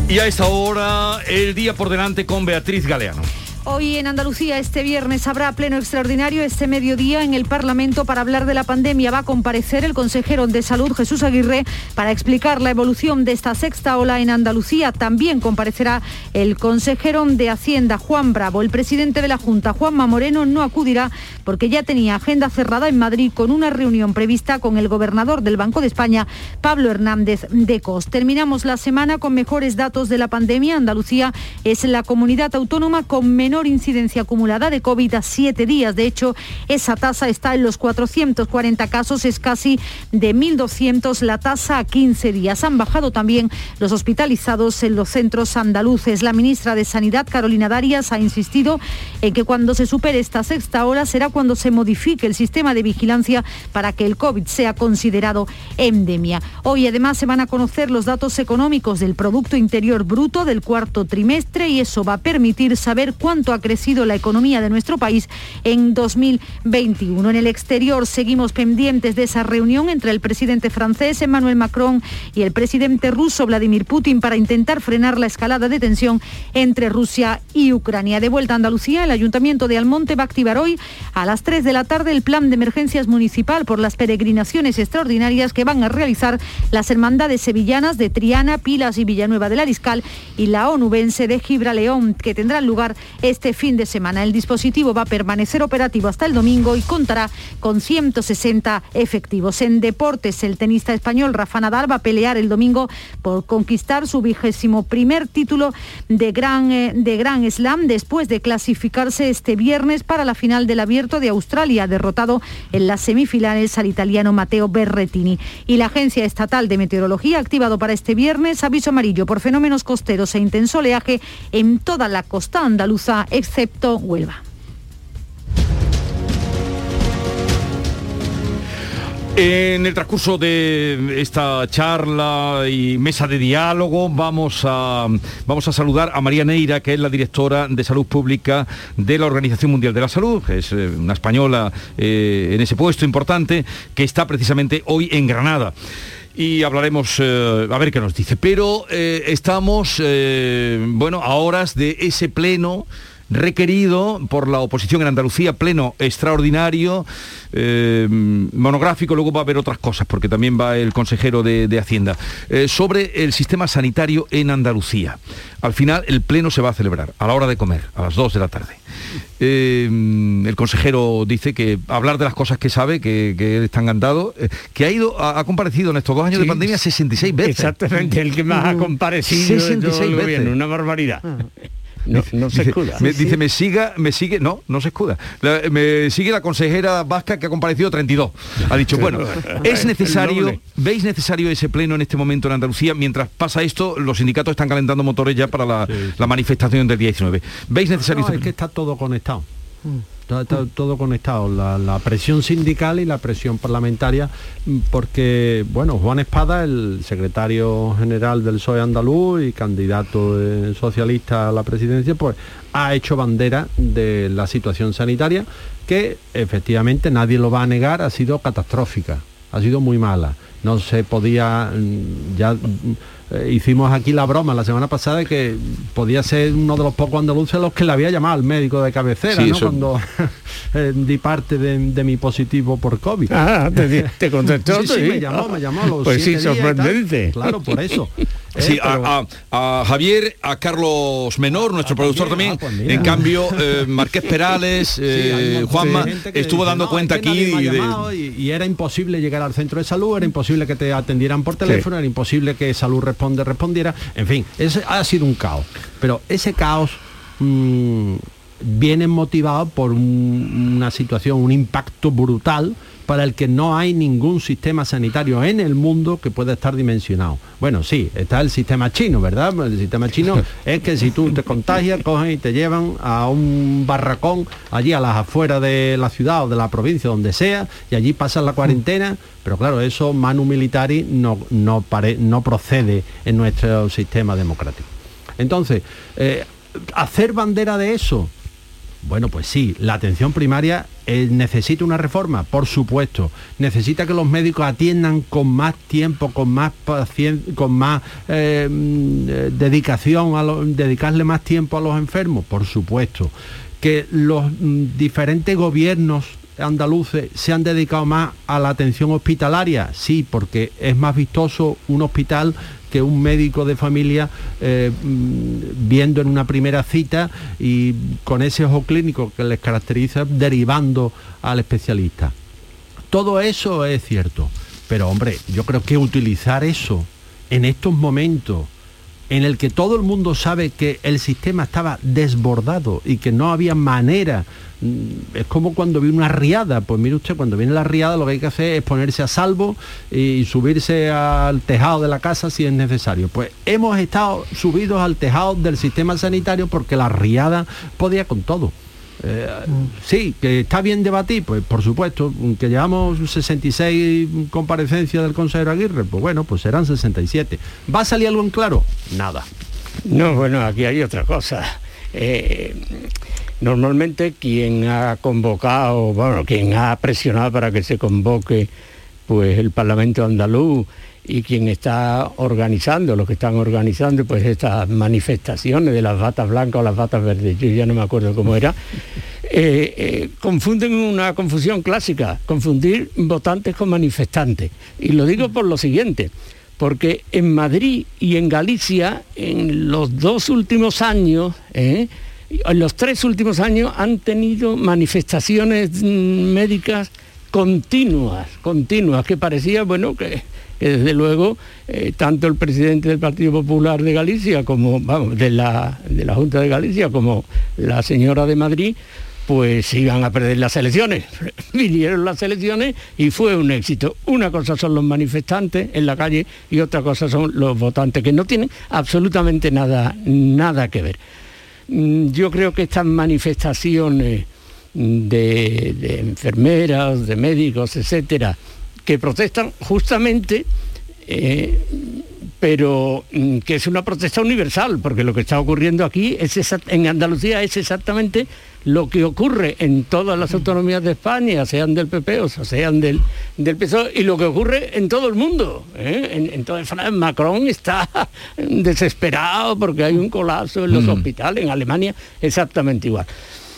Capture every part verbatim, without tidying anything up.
Y a esta hora, el día por delante con Beatriz Galeano. Hoy en Andalucía, este viernes, habrá pleno extraordinario este mediodía en el Parlamento para hablar de la pandemia. Va a comparecer el consejero de Salud, Jesús Aguirre, para explicar la evolución de esta sexta ola en Andalucía. También comparecerá el consejero de Hacienda, Juan Bravo. El presidente de la Junta, Juanma Moreno, no acudirá porque ya tenía agenda cerrada en Madrid con una reunión prevista con el gobernador del Banco de España, Pablo Hernández de Cos. Terminamos la semana con mejores datos de la pandemia. Andalucía es la comunidad autónoma con menor incidencia acumulada de COVID a siete días. De hecho, esa tasa está en los cuatrocientos cuarenta casos, es casi de mil doscientos la tasa a quince días. Han bajado también los hospitalizados en los centros andaluces. La ministra de Sanidad, Carolina Darias, ha insistido en que cuando se supere esta sexta ola será cuando se modifique el sistema de vigilancia para que el COVID sea considerado endemia. Hoy además se van a conocer los datos económicos del Producto Interior Bruto del cuarto trimestre y eso va a permitir saber cuánto ha crecido la economía de nuestro país en dos mil veintiuno. En el exterior seguimos pendientes de esa reunión entre el presidente francés Emmanuel Macron y el presidente ruso Vladimir Putin para intentar frenar la escalada de tensión entre Rusia y Ucrania. De vuelta a Andalucía, el Ayuntamiento de Almonte va a activar hoy a las tres de la tarde el plan de emergencias municipal por las peregrinaciones extraordinarias que van a realizar las hermandades sevillanas de Triana, Pilas y Villanueva del Ariscal y la onubense de Gibraleón, que tendrán lugar este fin de semana. El dispositivo va a permanecer operativo hasta el domingo y contará con ciento sesenta efectivos. En deportes, el tenista español Rafa Nadal va a pelear el domingo por conquistar su vigésimo primer título de Gran, eh, de Grand Slam después de clasificarse este viernes para la final del Abierto de Australia, derrotado en las semifinales al italiano Matteo Berrettini. Y la Agencia Estatal de Meteorología ha activado para este viernes aviso amarillo por fenómenos costeros e intenso oleaje en toda la costa andaluza, excepto Huelva. En el transcurso de esta charla y mesa de diálogo vamos a, vamos a saludar a María Neira, que es la directora de Salud Pública de la Organización Mundial de la Salud, que es una española eh, en ese puesto importante, que está precisamente hoy en Granada. Y hablaremos, eh, a ver qué nos dice. Pero eh, estamos, eh, bueno, a horas de ese pleno requerido por la oposición en Andalucía, pleno extraordinario, eh, monográfico. Luego va a haber otras cosas, porque también va el consejero de, de Hacienda, eh, sobre el sistema sanitario en Andalucía. Al final, el pleno se va a celebrar a la hora de comer, a las dos de la tarde. Eh, el consejero dice que hablar de las cosas que sabe, que, que él está encantado, eh, que ha ido, ha, ha comparecido en estos dos años sí, de pandemia sesenta y seis veces. Exactamente, el que más ha comparecido sesenta y seis veces. Gobierno, una barbaridad. Ah. No, no se escuda. Me, dice, me siga, me sigue, no, no se escuda. La, me sigue la consejera vasca que ha comparecido treinta y dos. Ha dicho, bueno, es necesario, ¿veis necesario ese pleno en este momento en Andalucía? Mientras pasa esto, los sindicatos están calentando motores ya para la, sí, sí. la manifestación del día diecinueve. ¿Veis necesario no, ese es que está todo conectado. Mm. Está, está todo conectado, la, la presión sindical y la presión parlamentaria, porque, bueno, Juan Espada, el secretario general del P S O E andaluz y candidato eh, socialista a la presidencia, pues ha hecho bandera de la situación sanitaria, que efectivamente nadie lo va a negar, ha sido catastrófica, ha sido muy mala. No se podía, ya eh, hicimos aquí la broma la semana pasada de que podía ser uno de los pocos andaluces los que le había llamado al médico de cabecera, sí, ¿no? Eso... Cuando eh, di parte de, de mi positivo por COVID. Ah, te, te contestó. Sí, sí, me llamó, me llamó a los Pues sí, sorprendente. Claro, por eso. Sí, eh, pero... a, a, a Javier, a Carlos Menor, nuestro ah, productor también, ah, pues en cambio, eh, Marqués Perales, eh, sí, Juanma, estuvo dando no, cuenta aquí. Y, de... y, y era imposible llegar al centro de salud, era imposible que te atendieran por teléfono, sí. Era imposible que Salud Responde respondiera, en fin, ese ha sido un caos. Pero ese caos mmm, viene motivado por un, una situación, un impacto brutal para el que no hay ningún sistema sanitario en el mundo que pueda estar dimensionado. Bueno, sí, está el sistema chino, ¿verdad? El sistema chino es que si tú te contagias, cogen y te llevan a un barracón allí a las afueras de la ciudad o de la provincia, donde sea, y allí pasas la cuarentena, pero claro, eso manu militari no, no, pare, no procede en nuestro sistema democrático. Entonces, eh, hacer bandera de eso Bueno, pues sí, la atención primaria eh, necesita una reforma, por supuesto. Necesita que los médicos atiendan con más tiempo, con más paciencia, con más eh, dedicación, a lo, dedicarle más tiempo a los enfermos, por supuesto. Que los mm, diferentes gobiernos andaluces se han dedicado más a la atención hospitalaria, sí, porque es más vistoso un hospital que un médico de familia eh, viendo en una primera cita y con ese ojo clínico que les caracteriza derivando al especialista. Todo eso es cierto, pero hombre, yo creo que utilizar eso en estos momentos en el que todo el mundo sabe que el sistema estaba desbordado y que no había manera. Es como cuando viene una riada, pues mire usted, cuando viene la riada lo que hay que hacer es ponerse a salvo y subirse al tejado de la casa si es necesario. Pues hemos estado subidos al tejado del sistema sanitario porque la riada podía con todo. Eh, sí, que está bien debatir, pues por supuesto, que llevamos sesenta y seis comparecencias del consejero Aguirre, pues bueno, pues serán sesenta y siete. ¿Va a salir algo en claro? Nada. No, bueno, aquí hay otra cosa. Eh, normalmente quien ha convocado, bueno, quien ha presionado para que se convoque pues el Parlamento andaluz y quien está organizando, los que están organizando pues estas manifestaciones de las batas blancas o las batas verdes, yo ya no me acuerdo cómo era, eh, eh, confunden una confusión clásica, confundir votantes con manifestantes. Y lo digo por lo siguiente, porque en Madrid y en Galicia, en los dos últimos años, eh, en los tres últimos años han tenido manifestaciones mm, médicas continuas, continuas, que parecía, bueno, que... que desde luego eh, tanto el presidente del Partido Popular de Galicia como, vamos, de la, de la Junta de Galicia como la señora de Madrid, pues iban a perder las elecciones. Vinieron las elecciones y fue un éxito. Una cosa son los manifestantes en la calle y otra cosa son los votantes, que no tienen absolutamente nada, nada que ver. Yo creo que estas manifestaciones de, de enfermeras, de médicos, etcétera, que protestan justamente, eh, pero que es una protesta universal, porque lo que está ocurriendo aquí es en Andalucía es exactamente lo que ocurre en todas las autonomías de España, sean del P P o sean del, del P S O E, y lo que ocurre en todo el mundo. ¿eh? En, en toda Francia, Macron está desesperado porque hay un colapso en los mm. hospitales, en Alemania exactamente igual.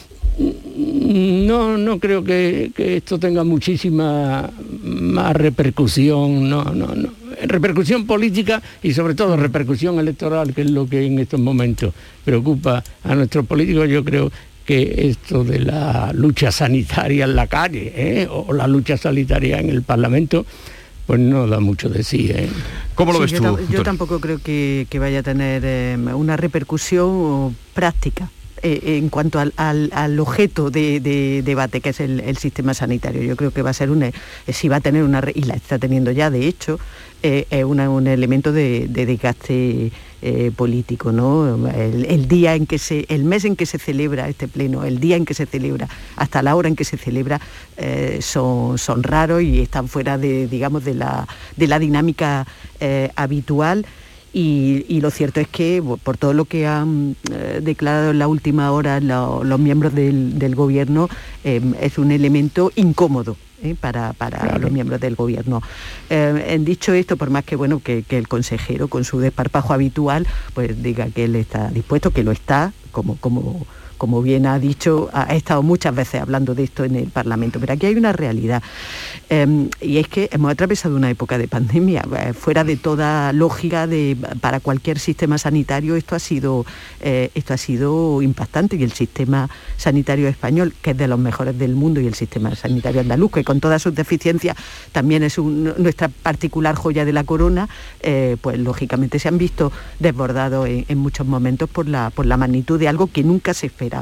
No, no creo que, que esto tenga muchísima más repercusión, no, no, no. Repercusión política y sobre todo repercusión electoral, que es lo que en estos momentos preocupa a nuestros políticos. Yo creo que esto de la lucha sanitaria en la calle, ¿eh? o la lucha sanitaria en el Parlamento, pues no da mucho de sí. ¿eh? ¿Cómo lo sí, ves yo tú? Yo tampoco creo que, que vaya a tener eh, una repercusión práctica en cuanto al, al, al objeto de, de debate, que es el, el sistema sanitario. Yo creo que va a ser una, si va a tener una, y la está teniendo ya, de hecho, eh, es una, un elemento de, de desgaste eh, político, ¿no? El, el día en que se, el mes en que se celebra este pleno, el día en que se celebra, hasta la hora en que se celebra, eh, son, son raros y están fuera de, digamos, de la, de la dinámica eh, habitual. Y, y lo cierto es que por todo lo que han eh, declarado en la última hora lo, los miembros del, del gobierno, eh, es un elemento incómodo eh, para, para claro. los miembros del gobierno. Eh, en dicho esto, por más que bueno que, que el consejero con su desparpajo habitual pues diga que él está dispuesto, que lo está, como como como bien ha dicho, ha estado muchas veces hablando de esto en el Parlamento, pero aquí hay una realidad, eh, y es que hemos atravesado una época de pandemia, eh, fuera de toda lógica de, para cualquier sistema sanitario, esto ha sido eh, esto ha sido impactante, y el sistema sanitario español, que es de los mejores del mundo, y el sistema sanitario andaluz, que con todas sus deficiencias también es un, nuestra particular joya de la corona, eh, pues lógicamente se han visto desbordados en, en muchos momentos por la, por la magnitud de algo que nunca se esperaba.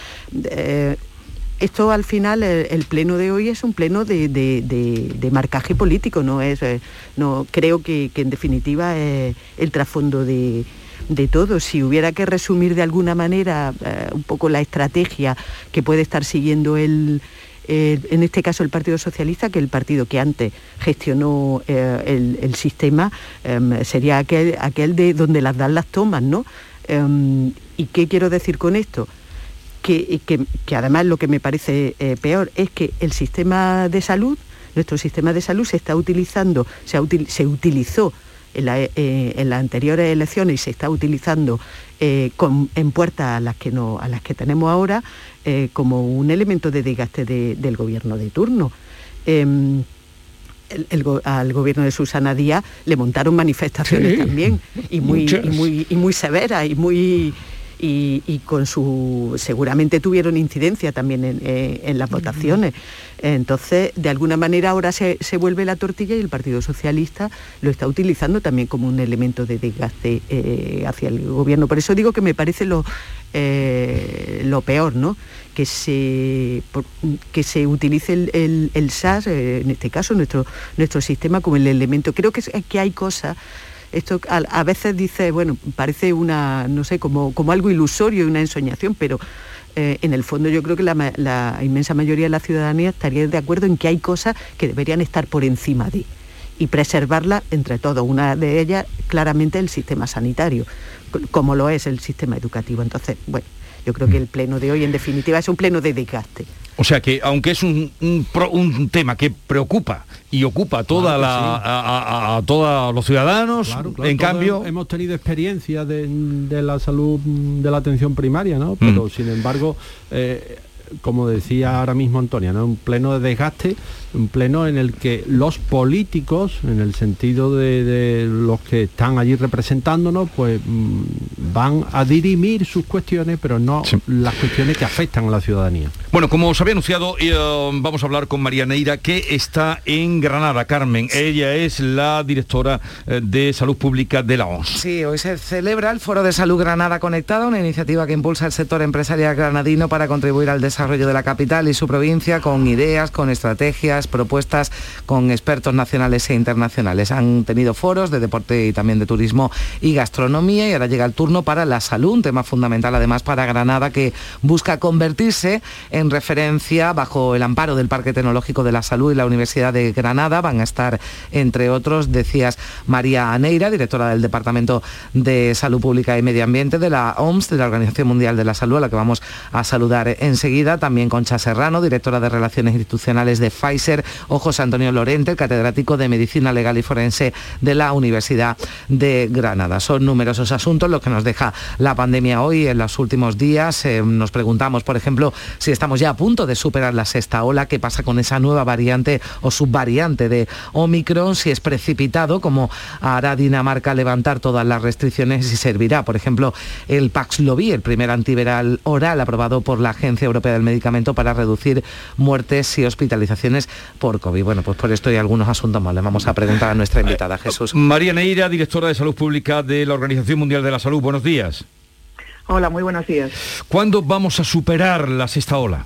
Eh, esto al final, el, el pleno de hoy es un pleno de, de, de, de marcaje político, no es, eh, no creo que, que en definitiva es el trasfondo de, de todo. Si hubiera que resumir de alguna manera eh, un poco la estrategia que puede estar siguiendo el Eh, en este caso el Partido Socialista, que el partido que antes gestionó eh, el, el sistema, eh, sería aquel, aquel de donde las dan las tomas, ¿no? Eh, ¿Y qué quiero decir con esto? que, que, que además lo que me parece eh, peor es que el sistema de salud, nuestro sistema de salud se está utilizando, se, ha util, se utilizó en, la, eh, en las anteriores elecciones y se está utilizando eh, con, en puertas a las que, no, a las que tenemos ahora eh, como un elemento de desgaste de, del gobierno de turno. Eh, El, el, al gobierno de Susana Díaz le montaron manifestaciones sí, también y muy, y muy y muy severas y muy y, y con su seguramente tuvieron incidencia también en, eh, en las votaciones. Entonces, de alguna manera ahora se, se vuelve la tortilla y el Partido Socialista lo está utilizando también como un elemento de desgaste eh, hacia el gobierno. Por eso digo que me parece lo eh, lo peor, ¿no? Que se, que se utilice el, el, el S A S, eh, en este caso nuestro, nuestro sistema, como el elemento. Creo que, que hay cosas, esto a, a veces dice, bueno, parece una, no sé, como, como algo ilusorio y una ensoñación, pero eh, en el fondo yo creo que la, la inmensa mayoría de la ciudadanía estaría de acuerdo en que hay cosas que deberían estar por encima de y preservarlas entre todos. Una de ellas, claramente, el sistema sanitario, como lo es el sistema educativo. Entonces, bueno, yo creo que el pleno de hoy, en definitiva, es un pleno de desgaste. O sea que, aunque es un, un, un tema que preocupa y ocupa a toda claro la, sí. a, a, a todos los ciudadanos, claro, claro, en cambio... Hemos tenido experiencia de, de la salud, de la atención primaria, ¿no? Pero, mm. sin embargo... Eh, como decía ahora mismo Antonia, ¿no? Un pleno de desgaste, un pleno en el que los políticos, en el sentido de, de los que están allí representándonos, pues mmm, van a dirimir sus cuestiones, pero no sí. las cuestiones que afectan a la ciudadanía. Bueno, como os había anunciado, eh, vamos a hablar con María Neira, que está en Granada. Carmen, ella es la directora eh, de Salud Pública de la O M S. Sí, hoy se celebra el Foro de Salud Granada Conectada, una iniciativa que impulsa el sector empresarial granadino para contribuir al desarrollo desarrollo de la capital y su provincia, con ideas, con estrategias, propuestas, con expertos nacionales e internacionales. Han tenido foros de deporte y también de turismo y gastronomía, y ahora llega el turno para la salud, un tema fundamental además para Granada, que busca convertirse en referencia bajo el amparo del Parque Tecnológico de la Salud y la Universidad de Granada. Van a estar, entre otros, decías, María Neira, directora del Departamento de Salud Pública y Medio Ambiente de la O M S, de la Organización Mundial de la Salud, a la que vamos a saludar enseguida. También Concha Serrano, directora de Relaciones Institucionales de Pfizer, o José Antonio Lorente, catedrático de Medicina Legal y Forense de la Universidad de Granada. Son numerosos asuntos los que nos deja la pandemia hoy. En los últimos días eh, nos preguntamos, por ejemplo, si estamos ya a punto de superar la sexta ola, qué pasa con esa nueva variante o subvariante de Omicron, si es precipitado, como hará Dinamarca, levantar todas las restricciones, y servirá, por ejemplo, el Paxlovid, el primer antiviral oral aprobado por la Agencia Europea del Medicamento para reducir muertes y hospitalizaciones por COVID. Bueno, pues por esto y algunos asuntos más le vamos a preguntar a nuestra invitada, Jesús. María Neira, directora de Salud Pública de la Organización Mundial de la Salud. Buenos días. Hola, muy buenos días. ¿Cuándo vamos a superar la sexta ola?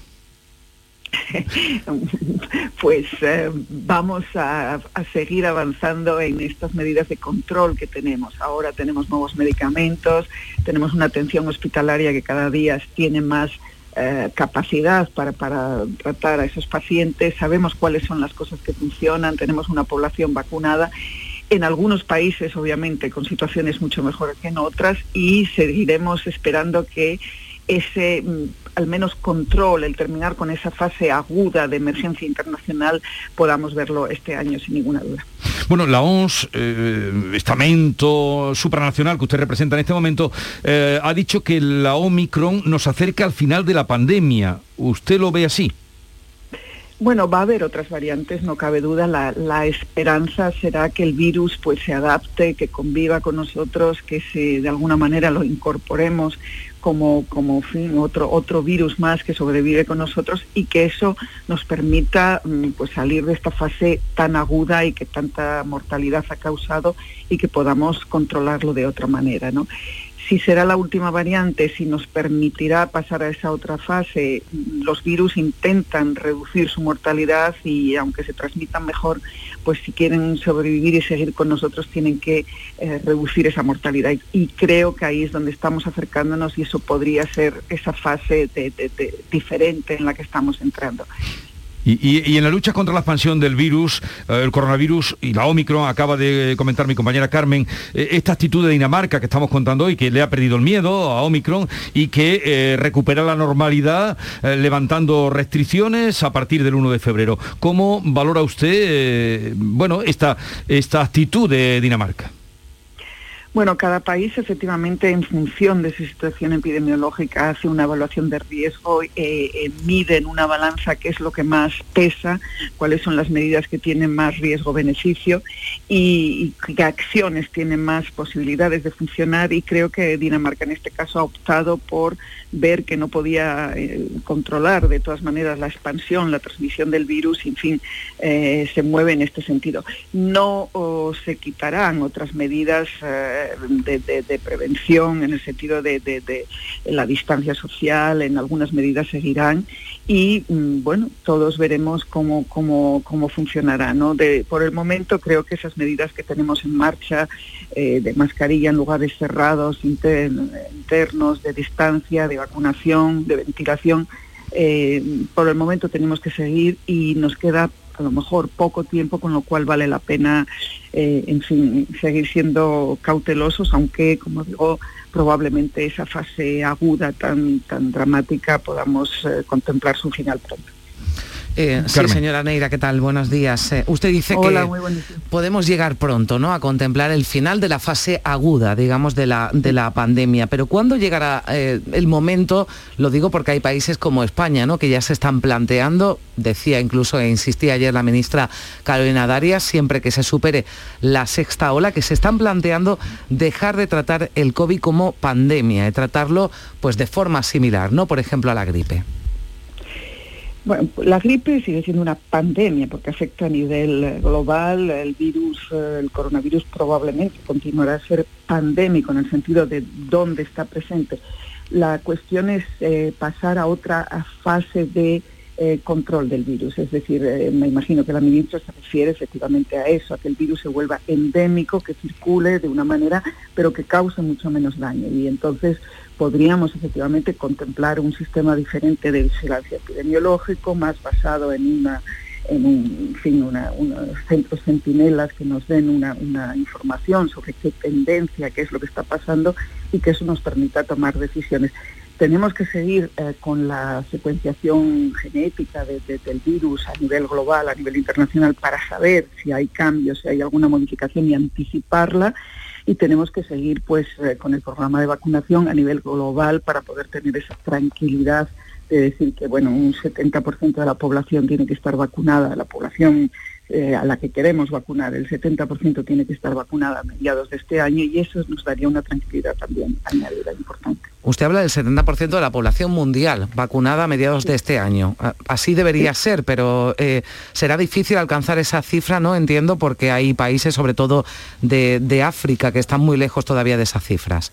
Pues eh, vamos a, a seguir avanzando en estas medidas de control que tenemos. Ahora tenemos nuevos medicamentos, tenemos una atención hospitalaria que cada día tiene más eh, capacidad para, para tratar a esos pacientes. Sabemos cuáles son las cosas que funcionan, tenemos una población vacunada. En algunos países, obviamente, con situaciones mucho mejores que en otras, y seguiremos esperando que ese, al menos, control, el terminar con esa fase aguda de emergencia internacional, podamos verlo este año sin ninguna duda. Bueno, la O M S, eh, estamento supranacional que usted representa en este momento, eh, ha dicho que la Omicron nos acerca al final de la pandemia. ¿Usted lo ve así? Bueno, va a haber otras variantes, no cabe duda. La, la esperanza será que el virus pues se adapte, que conviva con nosotros, que se, de alguna manera lo incorporemos como, como fin, otro, otro virus más que sobrevive con nosotros, y que eso nos permita pues salir de esta fase tan aguda y que tanta mortalidad ha causado, y que podamos controlarlo de otra manera, ¿no? Si será la última variante, si nos permitirá pasar a esa otra fase. Los virus intentan reducir su mortalidad, y aunque se transmitan mejor, pues si quieren sobrevivir y seguir con nosotros, tienen que eh, reducir esa mortalidad. Y, y creo que ahí es donde estamos acercándonos, y eso podría ser esa fase de, de, de diferente en la que estamos entrando. Y, y, y en la lucha contra la expansión del virus, eh, el coronavirus y la Omicron, acaba de comentar mi compañera Carmen, eh, esta actitud de Dinamarca que estamos contando hoy, que le ha perdido el miedo a Omicron y que eh, recupera la normalidad eh, levantando restricciones a partir del uno de febrero. ¿Cómo valora usted eh, bueno, esta, esta actitud de Dinamarca? Bueno, cada país efectivamente en función de su situación epidemiológica hace una evaluación de riesgo, eh, eh, mide en una balanza qué es lo que más pesa, cuáles son las medidas que tienen más riesgo-beneficio y, y qué acciones tienen más posibilidades de funcionar, y creo que Dinamarca en este caso ha optado por ver que no podía eh, controlar de todas maneras la expansión, la transmisión del virus, y, en fin, eh, se mueve en este sentido. No oh, se quitarán otras medidas eh, De, de, de prevención en el sentido de, de, de la distancia social, en algunas medidas seguirán y bueno, todos veremos cómo, cómo, cómo funcionará, ¿no? De, por el momento creo que esas medidas que tenemos en marcha eh, de mascarilla en lugares cerrados, inter, internos, de distancia, de vacunación, de ventilación, eh, por el momento tenemos que seguir y nos queda a lo mejor poco tiempo, con lo cual vale la pena, eh, en fin, seguir siendo cautelosos, aunque, como digo, probablemente esa fase aguda tan, tan dramática podamos eh, contemplar su final pronto. Eh, sí, señora Neira, ¿qué tal? Buenos días. Eh, usted dice Hola, que muy buenísimo. podemos llegar pronto, ¿no?, a contemplar el final de la fase aguda, digamos, de la, de la pandemia. Pero ¿cuándo llegará eh, el momento? Lo digo porque hay países como España, ¿no?, que ya se están planteando, decía incluso e insistía ayer la ministra Carolina Darias, siempre que se supere la sexta ola, que se están planteando dejar de tratar el COVID como pandemia, de tratarlo pues de forma similar, ¿no?, por ejemplo, a la gripe. Bueno, la gripe sigue siendo una pandemia porque afecta a nivel global. El virus, el coronavirus probablemente continuará a ser pandémico en el sentido de dónde está presente. La cuestión es eh, pasar a otra fase de eh, control del virus. Es decir, eh, me imagino que la ministra se refiere efectivamente a eso, a que el virus se vuelva endémico, que circule de una manera, pero que cause mucho menos daño. Y entonces podríamos efectivamente contemplar un sistema diferente de vigilancia epidemiológico, más basado en una en un, en fin, una, unos centros centinelas que nos den una, una información sobre qué tendencia, qué es lo que está pasando, y que eso nos permita tomar decisiones. Tenemos que seguir eh, con la secuenciación genética de, de, del virus a nivel global, a nivel internacional, para saber si hay cambios, si hay alguna modificación y anticiparla. Y tenemos que seguir pues eh, con el programa de vacunación a nivel global para poder tener esa tranquilidad de decir que bueno, un setenta por ciento de la población tiene que estar vacunada, la población eh, a la que queremos vacunar, el setenta por ciento tiene que estar vacunada a mediados de este año, y eso nos daría una tranquilidad también añadida importante. Usted habla del setenta por ciento de la población mundial vacunada a mediados sí. de este año. Así debería sí. ser, pero eh, será difícil alcanzar esa cifra, ¿no? Entiendo, porque hay países, sobre todo de, de África, que están muy lejos todavía de esas cifras.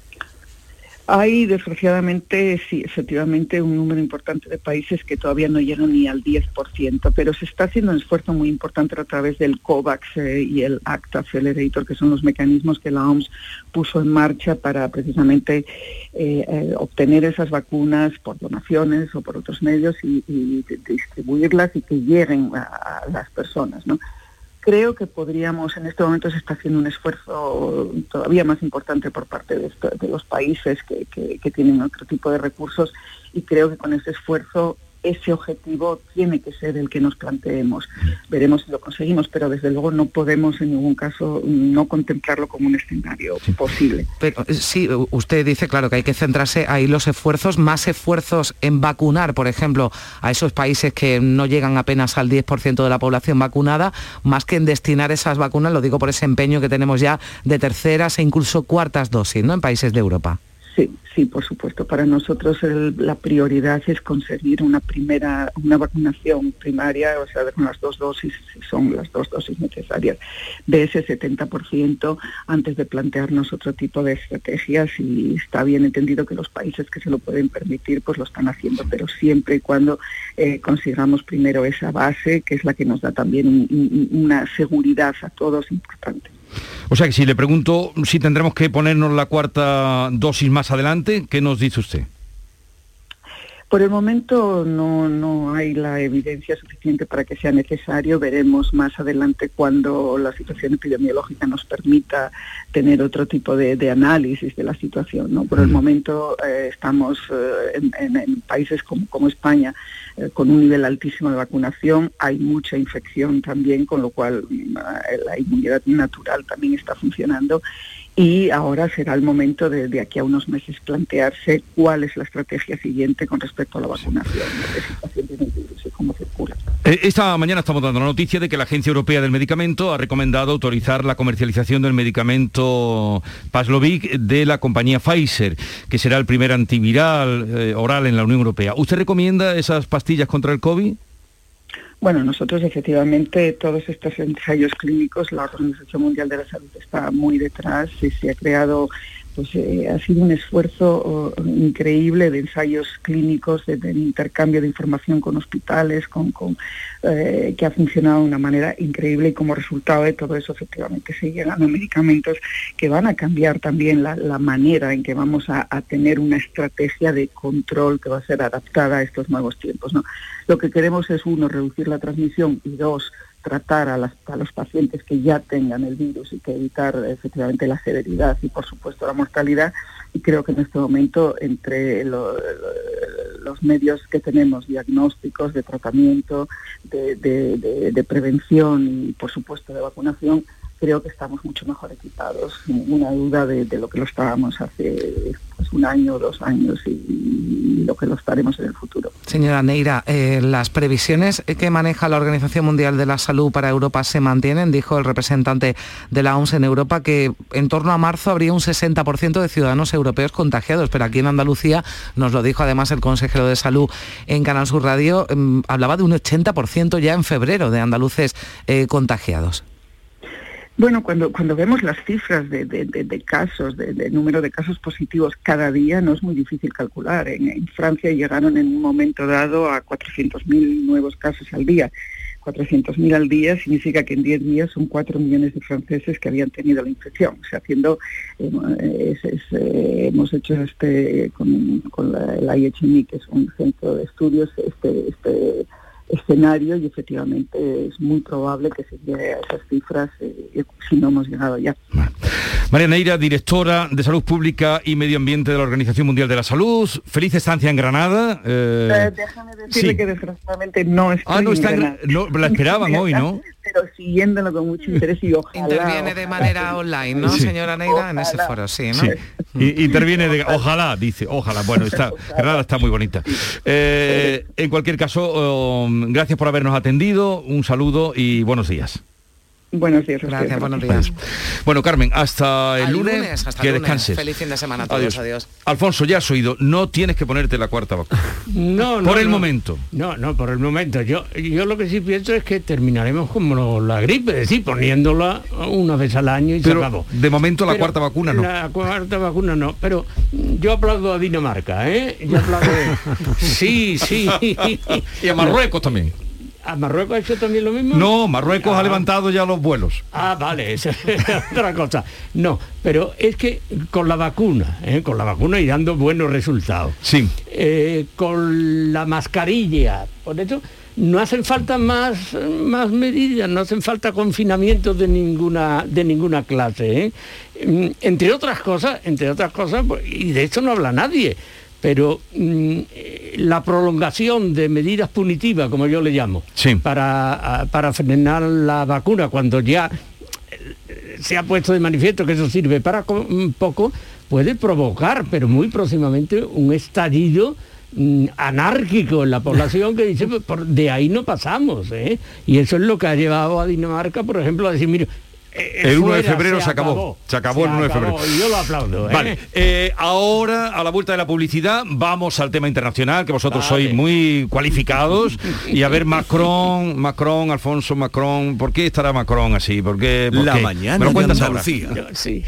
Hay, desgraciadamente, sí, efectivamente, un número importante de países que todavía no llegan ni al diez por ciento, pero se está haciendo un esfuerzo muy importante a través del COVAX eh, y el ACT Accelerator, que son los mecanismos que la O M S puso en marcha para precisamente eh, eh, obtener esas vacunas por donaciones o por otros medios y, y distribuirlas y que lleguen a, a las personas, ¿no? Creo que podríamos, en este momento se está haciendo un esfuerzo todavía más importante por parte de, esto, de los países que, que, que tienen otro tipo de recursos, y creo que con ese esfuerzo ese objetivo tiene que ser el que nos planteemos. Veremos si lo conseguimos, pero desde luego no podemos en ningún caso no contemplarlo como un escenario sí. posible. Pero sí, usted dice, claro, que hay que centrarse ahí los esfuerzos, más esfuerzos en vacunar, por ejemplo, a esos países que no llegan apenas al diez por ciento de la población vacunada, más que en destinar esas vacunas, lo digo por ese empeño que tenemos ya de terceras e incluso cuartas dosis, ¿no?, en países de Europa. Sí, sí, por supuesto. Para nosotros el, la prioridad es conseguir una primera, una vacunación primaria, o sea, con las dos dosis, si son las dos dosis necesarias, de ese setenta por ciento antes de plantearnos otro tipo de estrategias, y está bien entendido que los países que se lo pueden permitir pues lo están haciendo, pero siempre y cuando eh, consigamos primero esa base, que es la que nos da también un, un, una seguridad a todos importante. O sea que si le pregunto si tendremos que ponernos la cuarta dosis más adelante, ¿qué nos dice usted? Por el momento no, no hay la evidencia suficiente para que sea necesario. Veremos más adelante cuando la situación epidemiológica nos permita tener otro tipo de, de análisis de la situación, ¿no? Por el momento eh, estamos eh, en, en, en países como, como España eh, con un nivel altísimo de vacunación. Hay mucha infección también, con lo cual eh, la inmunidad natural también está funcionando. Y ahora será el momento de, de aquí a unos meses plantearse cuál es la estrategia siguiente con respecto a la vacunación, qué situación tiene el virus y cómo circula. Esta mañana estamos dando la noticia de que la Agencia Europea del Medicamento ha recomendado autorizar la comercialización del medicamento Paxlovid de la compañía Pfizer, que será el primer antiviral eh, oral en la Unión Europea. ¿Usted recomienda esas pastillas contra el COVID? Bueno, nosotros efectivamente todos estos ensayos clínicos, la Organización Mundial de la Salud está muy detrás y se ha creado, pues eh, ha sido un esfuerzo oh, increíble de ensayos clínicos, de, de intercambio de información con hospitales, con, con eh, que ha funcionado de una manera increíble, y como resultado de todo eso efectivamente se llegan a medicamentos que van a cambiar también la, la manera en que vamos a, a tener una estrategia de control que va a ser adaptada a estos nuevos tiempos, ¿no? Lo que queremos es, uno, reducir la transmisión, y dos, tratar a, las, a los pacientes que ya tengan el virus y que evitar efectivamente la severidad y por supuesto la mortalidad. Y creo que en este momento, entre lo, lo, los medios que tenemos diagnósticos, de tratamiento, de, de, de, de prevención y por supuesto de vacunación, creo que estamos mucho mejor equipados, sin ninguna duda, de, de lo que lo estábamos hace pues, un año, dos años y, y lo que lo estaremos en el futuro. Señora Neira, eh, las previsiones que maneja la Organización Mundial de la Salud para Europa se mantienen. Dijo el representante de la O M S en Europa que en torno a marzo habría un sesenta por ciento de ciudadanos europeos contagiados, pero aquí en Andalucía, nos lo dijo además el consejero de Salud en Canal Sur Radio, eh, hablaba de un ochenta por ciento ya en febrero de andaluces eh, contagiados. Bueno, cuando cuando vemos las cifras de, de, de, de casos, de, de número de casos positivos cada día, no es muy difícil calcular. En, en Francia llegaron en un momento dado a cuatrocientos mil nuevos casos al día. cuatrocientos mil al día significa que en diez días son cuatro millones de franceses que habían tenido la infección. O sea, haciendo, eh, es, es, eh, hemos hecho este con, con la, el I H M I, que es un centro de estudios, este este escenario, y efectivamente es muy probable que se llegue a esas cifras eh, si no hemos llegado ya. María Neira, directora de Salud Pública y Medio Ambiente de la Organización Mundial de la Salud. Feliz estancia en Granada. Eh... Eh, déjame decirle sí. que desgraciadamente no estoy ah, no está en Granada. No, la esperaban hoy, ¿no? Pero siguiéndolo con mucho interés y ojalá... Interviene ojalá, de manera online, ¿no, sí. señora Neira? Ojalá. En ese foro, sí, ¿no? Sí. Y, interviene de... Ojalá, dice, ojalá. Bueno, está, Granada está muy bonita. Eh, en cualquier caso, um, gracias por habernos atendido, un saludo y buenos días. Buenos días. Gracias, buenos días. Bueno, Carmen, hasta el Al lunes, lunes hasta que el lunes. descanses. Feliz fin de semana a todos, adiós. adiós. Alfonso, ya has oído, no tienes que ponerte la cuarta vacuna. No, no. Por el no, momento. No, no, por el momento. Yo, yo lo que sí pienso es que terminaremos como la gripe, es decir, poniéndola una vez al año y pero se acabó. De momento la pero cuarta vacuna no. La cuarta vacuna no, pero yo aplaudo a Dinamarca, ¿eh? Yo aplaudo... sí, sí. Y a Marruecos también. ¿A Marruecos ha hecho también lo mismo? No, Marruecos ah. ha levantado ya los vuelos. Ah, vale, esa es otra cosa. No, pero es que con la vacuna, ¿eh? con la vacuna y dando buenos resultados. Sí. Eh, con la mascarilla, por eso no hacen falta más, más medidas, no hacen falta confinamientos de ninguna, de ninguna clase. ¿eh? Entre otras cosas, entre otras cosas, y de eso no habla nadie. Pero mmm, la prolongación de medidas punitivas, como yo le llamo, sí. para, para frenar la vacuna, cuando ya se ha puesto de manifiesto que eso sirve para un poco, puede provocar, pero muy próximamente, un estallido mmm, anárquico en la población que dice, por, de ahí no pasamos. ¿eh? Y eso es lo que ha llevado a Dinamarca, por ejemplo, a decir, mire, el uno de febrero se, se acabó. acabó. Se acabó se el uno de febrero. Y yo lo aplaudo. ¿eh? Vale. Eh, ahora, a la vuelta de la publicidad, vamos al tema internacional, que vosotros vale. sois muy cualificados. Y a ver, Macron, Macron, Alfonso Macron, ¿por qué estará Macron así? ¿Por qué? ¿Por la qué? mañana ¿Me lo cuentas de Andalucía? Yo, sí.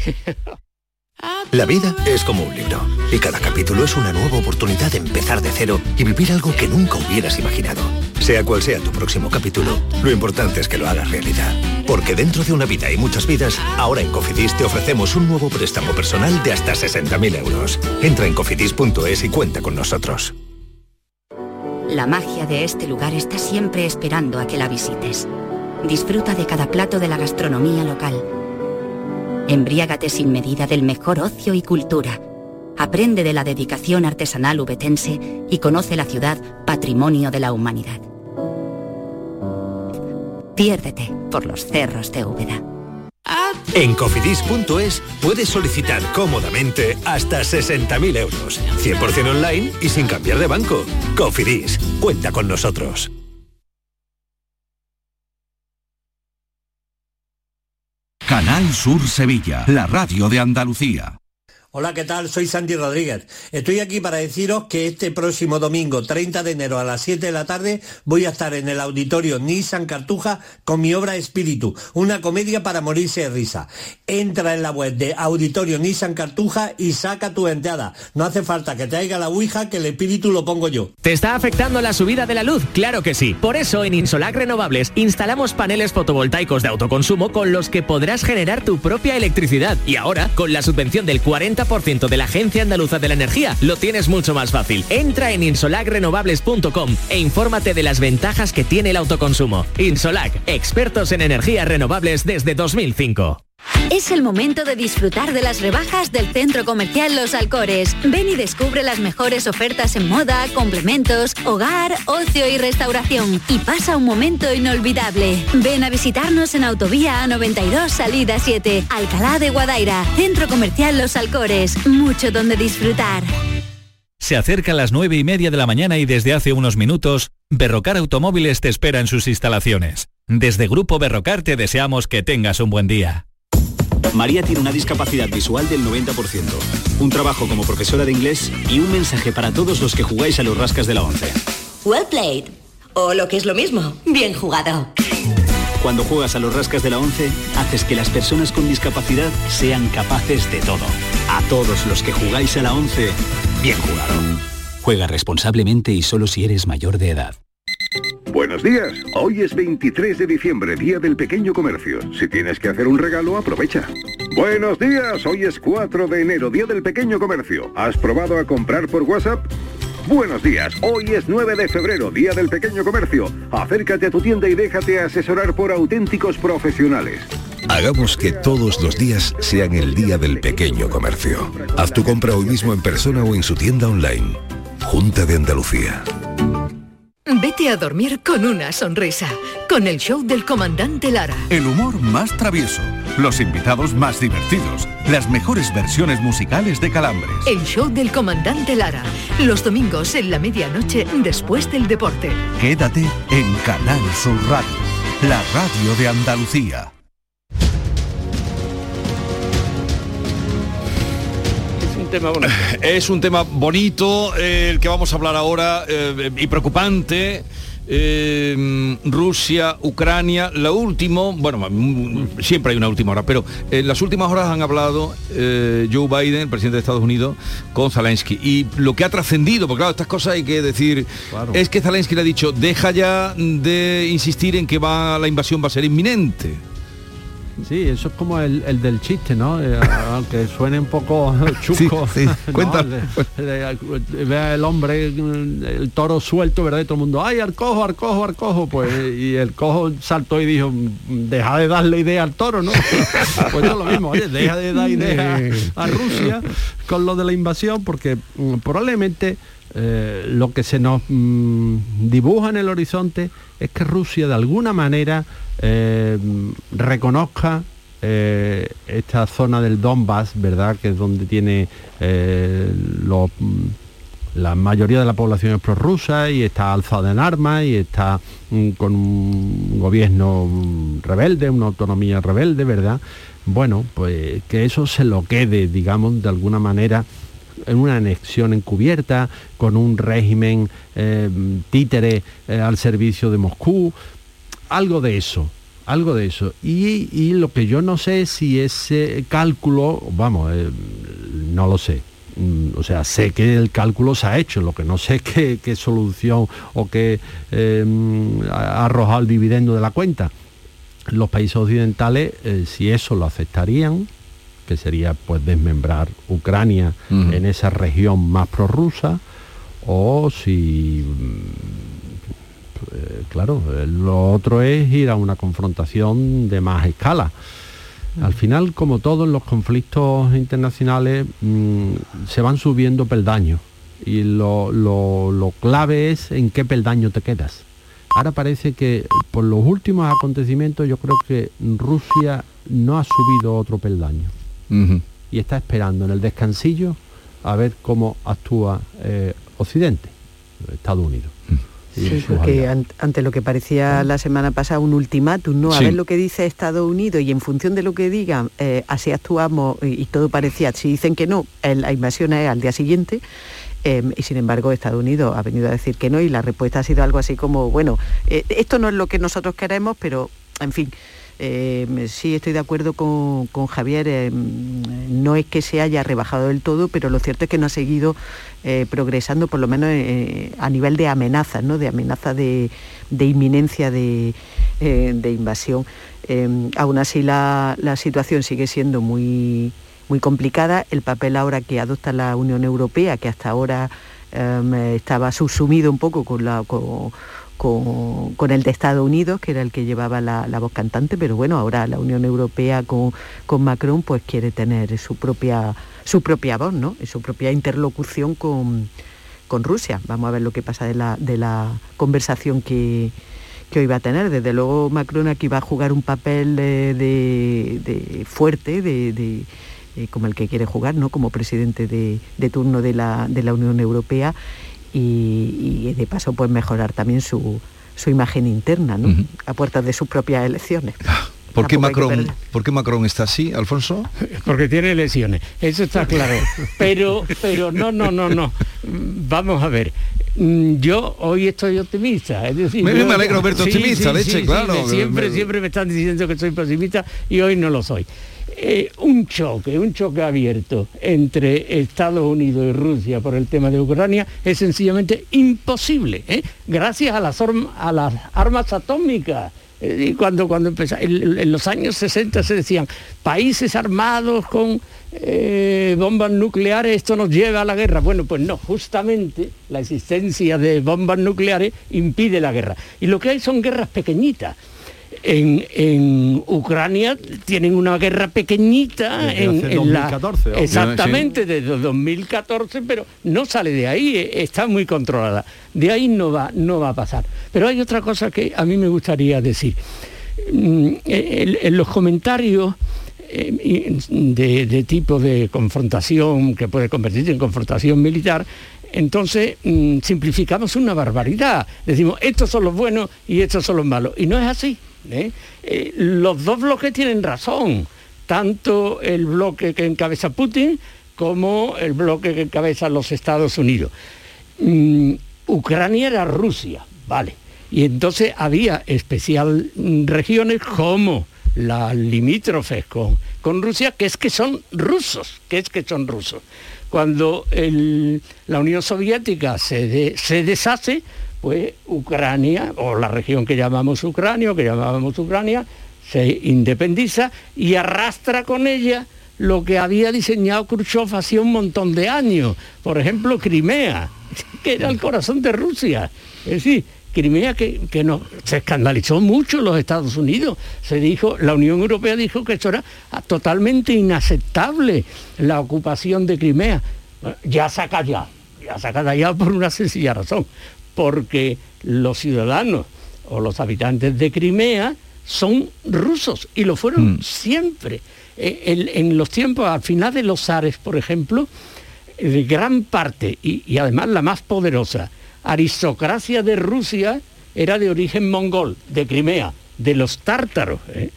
La vida es como un libro y cada capítulo es una nueva oportunidad de empezar de cero y vivir algo que nunca hubieras imaginado. Sea cual sea tu próximo capítulo, lo importante es que lo hagas realidad. Porque dentro de una vida y muchas vidas, ahora en Cofidis te ofrecemos un nuevo préstamo personal de hasta sesenta mil euros. Entra en cofidis punto es y cuenta con nosotros. La magia de este lugar está siempre esperando a que la visites. Disfruta de cada plato de la gastronomía local. Embriágate sin medida del mejor ocio y cultura. Aprende de la dedicación artesanal ubetense y conoce la ciudad patrimonio de la humanidad. Piérdete por los cerros de Úbeda. En cofidis punto es puedes solicitar cómodamente hasta sesenta mil euros, cien por ciento online y sin cambiar de banco. Cofidis, cuenta con nosotros. Canal Sur Sevilla, la radio de Andalucía. Hola, ¿qué tal? Soy Santi Rodríguez. Estoy aquí para deciros que este próximo domingo, treinta de enero a las siete de la tarde, voy a estar en el auditorio Nissan Cartuja con mi obra Espíritu, una comedia para morirse de risa. Entra en la web de Auditorio Nissan Cartuja y saca tu entrada. No hace falta que te traiga la ouija, que el espíritu lo pongo yo. ¿Te está afectando la subida de la luz? Claro que sí. Por eso en Insolac Renovables instalamos paneles fotovoltaicos de autoconsumo con los que podrás generar tu propia electricidad. Y ahora, con la subvención del cuarenta por ciento de la Agencia Andaluza de la Energía, lo tienes mucho más fácil. Entra en insolac renovables punto com e infórmate de las ventajas que tiene el autoconsumo. Insolac, expertos en energías renovables desde dos mil cinco. Es el momento de disfrutar de las rebajas del Centro Comercial Los Alcores. Ven y descubre las mejores ofertas en moda, complementos, hogar, ocio y restauración. Y pasa un momento inolvidable. Ven a visitarnos en Autovía A noventa y dos, salida siete, Alcalá de Guadaira. Centro Comercial Los Alcores. Mucho donde disfrutar. Se acercan las nueve y media de la mañana y desde hace unos minutos, Berrocar Automóviles te espera en sus instalaciones. Desde Grupo Berrocar te deseamos que tengas un buen día. María tiene una discapacidad visual del noventa por ciento, un trabajo como profesora de inglés y un mensaje para todos los que jugáis a los rascas de la once. Well played. O lo que es lo mismo, bien jugado. Cuando juegas a los rascas de la once, haces que las personas con discapacidad sean capaces de todo. A todos los que jugáis a la once, bien jugado. Juega responsablemente y solo si eres mayor de edad. Buenos días, hoy es veintitrés de diciembre, Día del Pequeño Comercio. Si tienes que hacer un regalo, aprovecha. Buenos días, hoy es cuatro de enero, Día del Pequeño Comercio. ¿Has probado a comprar por WhatsApp? Buenos días, hoy es nueve de febrero, Día del Pequeño Comercio. Acércate a tu tienda y déjate asesorar por auténticos profesionales. Hagamos que todos los días sean el Día del Pequeño Comercio. Haz tu compra hoy mismo en persona o en su tienda online. Junta de Andalucía. Vete a dormir con una sonrisa, con el show del comandante Lara. El humor más travieso, los invitados más divertidos, las mejores versiones musicales de Calambres. El show del comandante Lara, los domingos en la medianoche después del deporte. Quédate en Canal Sur Radio, la radio de Andalucía. Tema bonito. Es un tema bonito eh, el que vamos a hablar ahora eh, y preocupante. Eh, Rusia, Ucrania, lo último, bueno, siempre hay una última hora, pero en las últimas horas han hablado eh, Joe Biden, el presidente de Estados Unidos, con Zelensky, y lo que ha trascendido, porque claro, estas cosas hay que decir, claro, es que Zelensky le ha dicho, deja ya de insistir en que va la invasión va a ser inminente. Sí, eso es como el, el del chiste, ¿no? Eh, aunque suene un poco chusco. Sí, sí. Cuenta. ¿No? Ve el hombre, el toro suelto, ¿verdad? Y todo el mundo, ¡ay, al cojo, al cojo, al cojo! Pues, y el cojo saltó y dijo, deja de darle idea al toro, ¿no? Pues es lo mismo, oye, deja de dar idea a Rusia con lo de la invasión, porque mm, probablemente eh, lo que se nos mm, dibuja en el horizonte es que Rusia de alguna manera eh, reconozca eh, esta zona del Donbass, ¿verdad? Que es donde tiene eh, los, la mayoría de la población es prorrusa y está alzada en armas y está mm, con un gobierno rebelde, una autonomía rebelde, ¿verdad? Bueno, pues que eso se lo quede, digamos, de alguna manera en una anexión encubierta, con un régimen eh, títere eh, al servicio de Moscú, algo de eso, algo de eso. Y, y lo que yo no sé si ese cálculo, vamos, eh, no lo sé. O sea, sé que el cálculo se ha hecho, lo que no sé es qué, qué solución o qué eh, ha arrojado el dividendo de la cuenta. Los países occidentales, eh, si eso lo aceptarían, que sería pues desmembrar Ucrania uh-huh. en esa región más prorrusa, o si, eh, claro, lo otro es ir a una confrontación de más escala. Al final, como todos los conflictos internacionales, mmm, se van subiendo peldaños y lo, lo, lo clave es en qué peldaño te quedas. Ahora parece que por los últimos acontecimientos yo creo que Rusia no ha subido otro peldaño. Uh-huh. Y está esperando en el descansillo a ver cómo actúa eh, Occidente, Estados Unidos. Sí, porque an- ante lo que parecía la semana pasada un ultimátum, ¿no? A sí. ver lo que dice Estados Unidos y en función de lo que digan, eh, así actuamos y, y todo parecía, si dicen que no, el, la invasión es al día siguiente. Eh, y sin embargo Estados Unidos ha venido a decir que no y la respuesta ha sido algo así como, bueno, eh, esto no es lo que nosotros queremos, pero en fin, eh, sí estoy de acuerdo con, con Javier, eh, no es que se haya rebajado del todo, pero lo cierto es que no ha seguido eh, progresando, por lo menos eh, a nivel de amenazas, ¿no? De amenaza de, de inminencia de, eh, de invasión. Eh, aún así la, la situación sigue siendo muy... muy complicada. El papel ahora que adopta la Unión Europea, que hasta ahora eh, estaba subsumido un poco con, la, con, con, con el de Estados Unidos, que era el que llevaba la, la voz cantante, pero bueno, ahora la Unión Europea con, con Macron pues quiere tener su propia, su propia voz, ¿no? Y su propia interlocución con, con Rusia. Vamos a ver lo que pasa de la, de la conversación que... que hoy va a tener. Desde luego Macron aquí va a jugar un papel de, de, de fuerte, de, de, de, como el que quiere jugar, ¿no? Como presidente de, de turno de la, de la Unión Europea y, y de paso pues mejorar también su, su imagen interna, ¿no? Uh-huh. A puertas de sus propias elecciones. ¿Por qué, Macron, ¿Por qué Macron está así, Alfonso? Porque tiene elecciones, eso está claro. Pero, pero no, no, no, no. Vamos a ver. Yo hoy estoy optimista. Es decir, me, yo, me alegro verte sí, optimista, sí, leche, sí, claro. Sí, siempre, me... siempre me están diciendo que soy pesimista y hoy no lo soy. Eh, un choque, un choque abierto entre Estados Unidos y Rusia por el tema de Ucrania es sencillamente imposible, ¿eh? Gracias a las, a las armas atómicas. Y cuando, cuando empezó, en, en los años sesenta se decían países armados con eh, bombas nucleares, esto nos lleva a la guerra. Bueno, pues no, justamente la existencia de bombas nucleares impide la guerra. Y lo que hay son guerras pequeñitas. En, en Ucrania tienen una guerra pequeñita en, en dos mil catorce, la, exactamente sí. Desde dos mil catorce, pero no sale de ahí, está muy controlada. De ahí no va, no va a pasar. Pero hay otra cosa que a mí me gustaría decir. En, en los comentarios de, de tipo de confrontación que puede convertirse en confrontación militar, entonces mmm, simplificamos una barbaridad. Decimos, estos son los buenos y estos son los malos. Y no es así. ¿eh? Eh, los dos bloques tienen razón. Tanto el bloque que encabeza Putin como el bloque que encabeza los Estados Unidos. Mm, Ucrania era Rusia, vale. Y entonces había especial mm, regiones como las limítrofes con, con Rusia, que es que son rusos, que es que son rusos. Cuando el, la Unión Soviética se, de, se deshace, pues Ucrania, o la región que llamamos Ucrania, o que llamábamos Ucrania, se independiza y arrastra con ella lo que había diseñado Khrushchev hacía un montón de años. Por ejemplo, Crimea, que era el corazón de Rusia. Es decir, Crimea que, que no, se escandalizó mucho los Estados Unidos. Se dijo, la Unión Europea dijo que eso era totalmente inaceptable, la ocupación de Crimea. Ya se ha callado, ya se ha callado por una sencilla razón, porque los ciudadanos o los habitantes de Crimea son rusos y lo fueron mm. siempre. En, en los tiempos, al final de los zares, por ejemplo, de gran parte, y, y además la más poderosa, aristocracia de Rusia era de origen mongol, de Crimea, de los tártaros. ¿eh?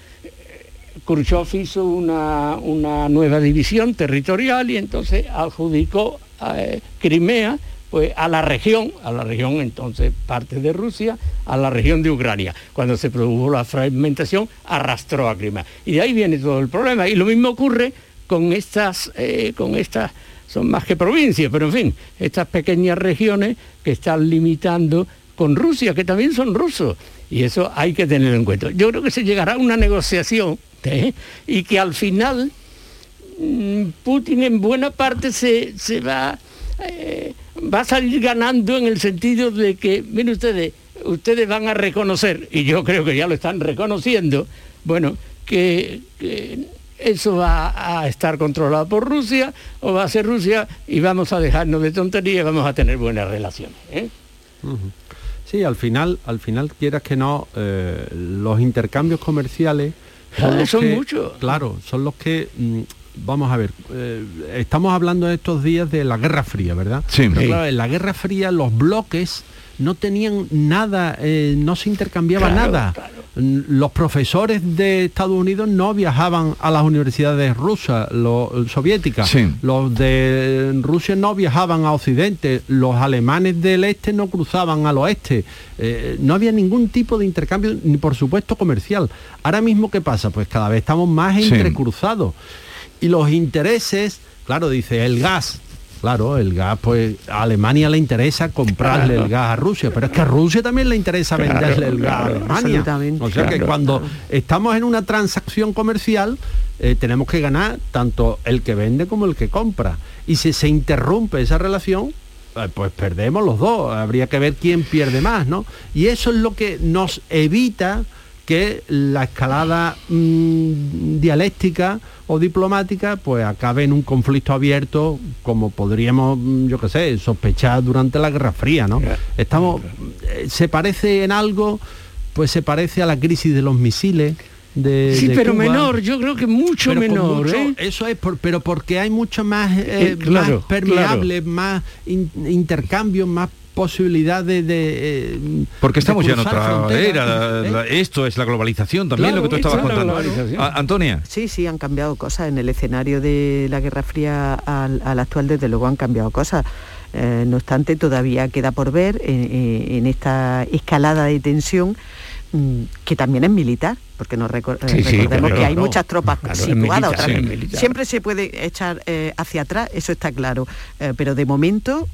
Khrushchev hizo una, una nueva división territorial y entonces adjudicó eh, Crimea pues, a la región, a la región entonces parte de Rusia, a la región de Ucrania. Cuando se produjo la fragmentación, arrastró a Crimea. Y de ahí viene todo el problema. Y lo mismo ocurre con estas, eh, con estas son más que provincias, pero en fin, estas pequeñas regiones que están limitando con Rusia, que también son rusos, y eso hay que tenerlo en cuenta. Yo creo que se llegará a una negociación, ¿eh? Y que al final mmm, Putin en buena parte se, se va eh, va a salir ganando en el sentido de que, miren ustedes, ustedes van a reconocer, y yo creo que ya lo están reconociendo, bueno, que, que eso va a estar controlado por Rusia, o va a ser Rusia, y vamos a dejarnos de tonterías y vamos a tener buenas relaciones, ¿eh? Uh-huh. Sí, al final, al final quieras que no, eh, los intercambios comerciales son, ah, los son que, muchos. Claro, son los que, mm, vamos a ver, eh, estamos hablando estos días de la Guerra Fría, ¿verdad? Sí. Pero claro, en la Guerra Fría los bloques no tenían nada, eh, no se intercambiaba Claro, nada. claro. Los profesores de Estados Unidos no viajaban a las universidades rusas, los soviéticas. Sí. Los de Rusia no viajaban a Occidente. Los alemanes del este no cruzaban al oeste. Eh, no había ningún tipo de intercambio, ni por supuesto comercial. Ahora mismo, ¿qué pasa? Pues cada vez estamos más Sí. entrecruzados. Y los intereses, claro, dice el gas. Claro, el gas, pues a Alemania le interesa comprarle Claro. el gas a Rusia, pero es que a Rusia también le interesa Claro, venderle el gas claro, a Alemania. absolutamente. O sea que Claro, cuando claro. estamos en una transacción comercial, eh, tenemos que ganar tanto el que vende como el que compra. Y si se interrumpe esa relación, eh, pues perdemos los dos. Habría que ver quién pierde más, ¿no? Y eso es lo que nos evita que la escalada mmm, dialéctica o diplomática pues acabe en un conflicto abierto como podríamos, yo qué sé, sospechar durante la Guerra Fría, ¿no? Estamos, eh, se parece en algo, pues se parece a la crisis de los misiles de, Sí, de pero Cuba. menor, yo creo que mucho Pero con menor, mucho- ¿eh? Eso es, por, pero porque hay mucho más, eh, Eh, claro, más permeable, más in- intercambio, más posibilidades de... eh, Porque estamos de ya en cruzar otra fronteras, era. ¿eh? La- esto es la globalización también, Claro, lo que tú esto estabas es la contando. globalización. A- Antonia. Sí, sí, han cambiado cosas. En el escenario de la Guerra Fría al, al actual, desde luego, han cambiado cosas. Eh, no obstante, todavía queda por ver en, en esta escalada de tensión, mm, que también es militar, porque nos recor- Sí, sí, recordemos claro, que hay claro. muchas tropas Claro, es situadas. militar, otra sí, vez. es militar. Siempre se puede echar eh, hacia atrás, eso está claro. Eh, pero de momento,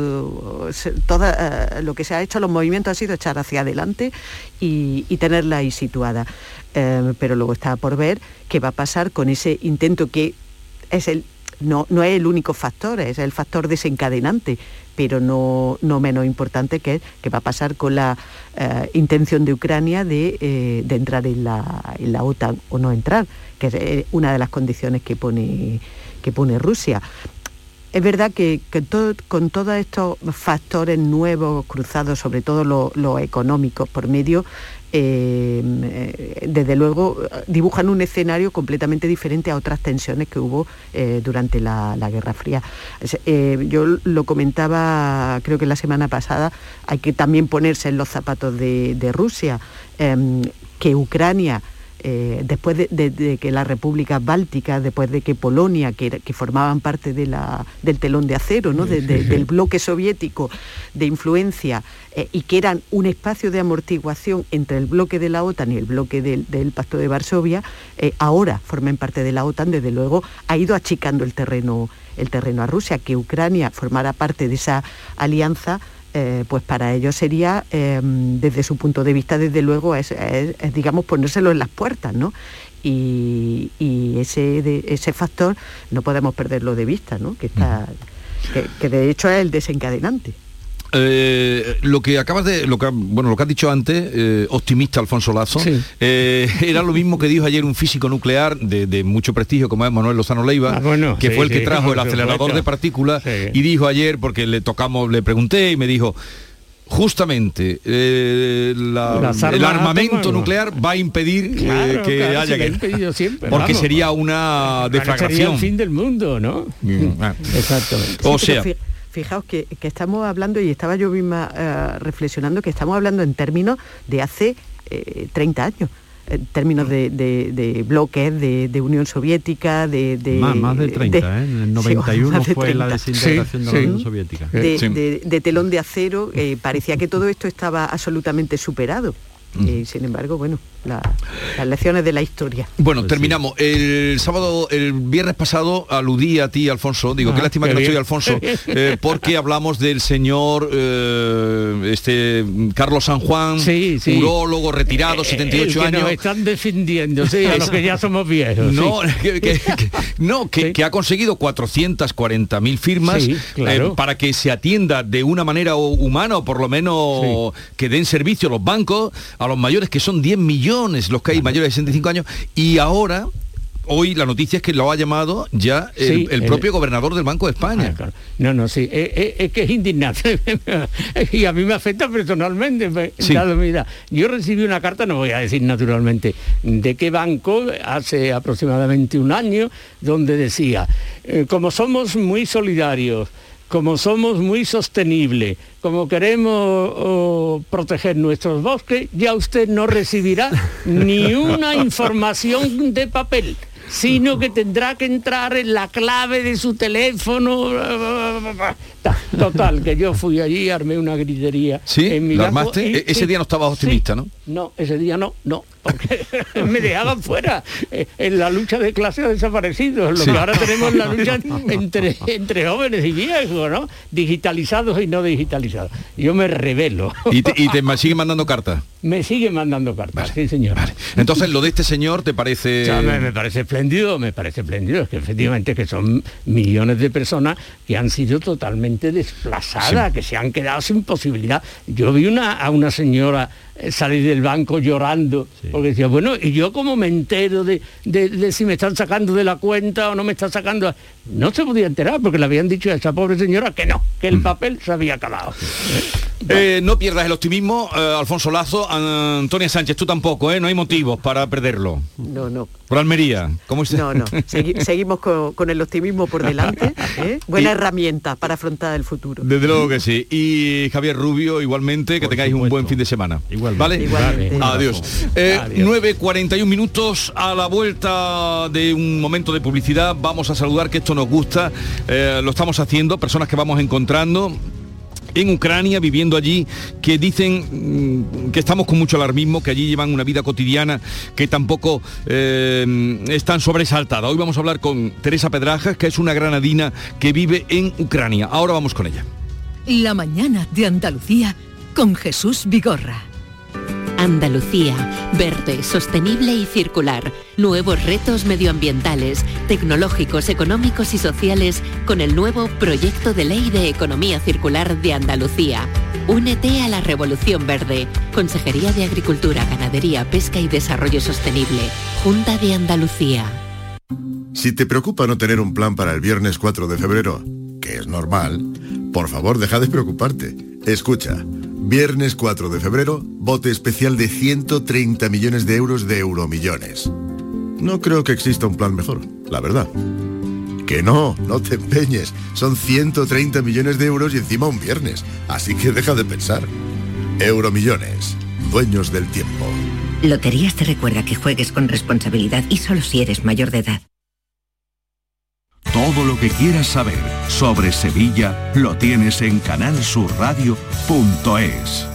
eh, se- toda, eh, lo que se ha hecho, los movimientos ha sido echar hacia adelante y, y tenerla ahí situada. Eh, pero luego está por ver qué va a pasar con ese intento que es el no, no es el único factor, es el factor desencadenante, pero no, no menos importante, que es qué va a pasar con la eh, intención de Ucrania de, eh, de entrar en la, en la OTAN o no entrar, que es eh, una de las condiciones que pone, que pone Rusia. Es verdad que, que todo, con todos estos factores nuevos cruzados, sobre todo los lo económicos por medio, eh, eh, desde luego dibujan un escenario completamente diferente a otras tensiones que hubo eh, durante la, la Guerra Fría. Es, eh, yo lo comentaba, creo que la semana pasada, hay que también ponerse en los zapatos de, de Rusia, eh, que Ucrania, Eh, después de, de, de que las repúblicas bálticas, después de que Polonia, que, era, que formaban parte de la, del telón de acero, ¿no? de, de, del bloque soviético de influencia, eh, y que eran un espacio de amortiguación entre el bloque de la OTAN y el bloque del, del Pacto de Varsovia, eh, ahora formen parte de la OTAN, desde luego ha ido achicando el terreno, el terreno a Rusia. Que Ucrania formara parte de esa alianza, Eh, pues para ellos sería, eh, desde su punto de vista, desde luego, es, es, es, digamos, ponérselo en las puertas, ¿no? Y, y ese, de, ese factor no podemos perderlo de vista, ¿no? Que, está, que, que de hecho es el desencadenante. Eh, lo que acabas de, lo que, bueno, lo que has dicho antes, eh, optimista Alfonso Lazo, sí. eh, era lo mismo que dijo ayer un físico nuclear de, de mucho prestigio como es Manuel Lozano Leiva, ah, bueno, que sí, fue el que sí, trajo el acelerador de partículas, sí. Y dijo ayer, porque le tocamos, le pregunté y me dijo, justamente eh, la, el armamento nuclear va a impedir claro, eh, que claro, haya guerra, siempre, porque vamos. sería una deflagración. Sería el fin del mundo, ¿no? Mm, ah. Exactamente. O sí, sea, fijaos que, que estamos hablando, y estaba yo misma uh, reflexionando, que estamos hablando en términos de hace eh, treinta años, en términos de, de, de bloques, de, de Unión Soviética, de... de más, más de treinta, de, ¿eh? En el noventa y uno sí, fue la desintegración sí, de la sí. Unión Soviética. De, sí. de, de telón de acero, eh, parecía que todo esto estaba absolutamente superado. Mm. Eh, sin embargo, bueno, la, las lecciones de la historia. Bueno, pues terminamos. Sí. El sábado, el viernes pasado aludí a ti, Alfonso, digo, ah, qué lástima qué que bien. no soy Alfonso, eh, porque hablamos del señor eh, este Carlos San Juan, sí, sí. urólogo retirado, setenta y ocho el que años. Nos están defendiendo, sí, a los que ya somos viejos. No, sí. que, que, que, no, que, sí. que ha conseguido cuatrocientas cuarenta mil firmas sí, claro. eh, para que se atienda de una manera humana, o por lo menos sí. que den servicio a los bancos, a los mayores, que son diez millones los que hay mayores de sesenta y cinco años, y ahora... Hoy la noticia es que lo ha llamado ya el, sí, el propio el... gobernador del Banco de España. Ah, claro. No, no, sí, es, es, es que es indignante y a mí me afecta personalmente. Sí. Mira, yo recibí una carta, no voy a decir naturalmente de qué banco, hace aproximadamente un año, donde decía, eh, como somos muy solidarios, como somos muy sostenibles, como queremos oh, proteger nuestros bosques, ya usted no recibirá ni una información de papel, sino que tendrá que entrar en la clave de su teléfono. Total, que yo fui allí, armé una gritería. ¿Sí? En mi ¿Lo banco, armaste? Y, ese sí, día no estabas optimista, sí, ¿no? No, ese día no, no, porque me dejaban fuera. En la lucha de clase ha desaparecido. Lo sí. que ahora tenemos la lucha entre, entre jóvenes y viejos, ¿no? Digitalizados y no digitalizados. Yo me rebelo. ¿Y te, y te sigue mandando cartas? Me sigue mandando cartas, vale, sí, señor. Vale. Entonces, lo de este señor, ¿te parece...? O sea, me, me parece espléndido, me parece espléndido. Es que efectivamente que son millones de personas que han sido totalmente desplazadas, sí. que se han quedado sin posibilidad. Yo vi una, a una señora salir del banco llorando, sí. porque decía, bueno, ¿y yo cómo me entero de, de, de si me están sacando de la cuenta o no me están sacando? No se podía enterar, porque le habían dicho a esa pobre señora que no, que el papel se había acabado. Eh, no pierdas el optimismo, eh, Alfonso Lazo. Antonia Sánchez, tú tampoco, ¿eh? No hay motivos para perderlo. No, no. Por Almería, ¿cómo es? No, no. Segui seguimos con, con el optimismo por delante. ¿eh? Buena y, herramienta para afrontar el futuro. Desde luego que sí. Y Javier Rubio, igualmente, que por tengáis supuesto. un buen fin de semana. Igual, ¿vale? Igualmente. Adiós. Eh, Adiós. nueve cuarenta y un minutos, a la vuelta de un momento de publicidad. Vamos a saludar, que esto nos gusta. Eh, lo estamos haciendo, personas que vamos encontrando en Ucrania, viviendo allí, que dicen mmm, que estamos con mucho alarmismo, que allí llevan una vida cotidiana que tampoco eh, es tan sobresaltada. Hoy vamos a hablar con Teresa Pedrajas, que es una granadina que vive en Ucrania. Ahora vamos con ella. La mañana de Andalucía con Jesús Vigorra. Andalucía, verde, sostenible y circular. Nuevos retos medioambientales, tecnológicos, económicos y sociales con el nuevo Proyecto de Ley de Economía Circular de Andalucía. Únete a la Revolución Verde. Consejería de Agricultura, Ganadería, Pesca y Desarrollo Sostenible. Junta de Andalucía. Si te preocupa no tener un plan para el viernes cuatro de febrero, que es normal, por favor deja de preocuparte. Escucha. Viernes cuatro de febrero, bote especial de ciento treinta millones de euros de Euromillones. No creo que exista un plan mejor, la verdad. Que no, no te empeñes. Son ciento treinta millones de euros y encima un viernes. Así que deja de pensar. Euromillones, dueños del tiempo. Loterías te recuerda que juegues con responsabilidad y solo si eres mayor de edad. Todo lo que quieras saber sobre Sevilla lo tienes en canal sur radio punto es.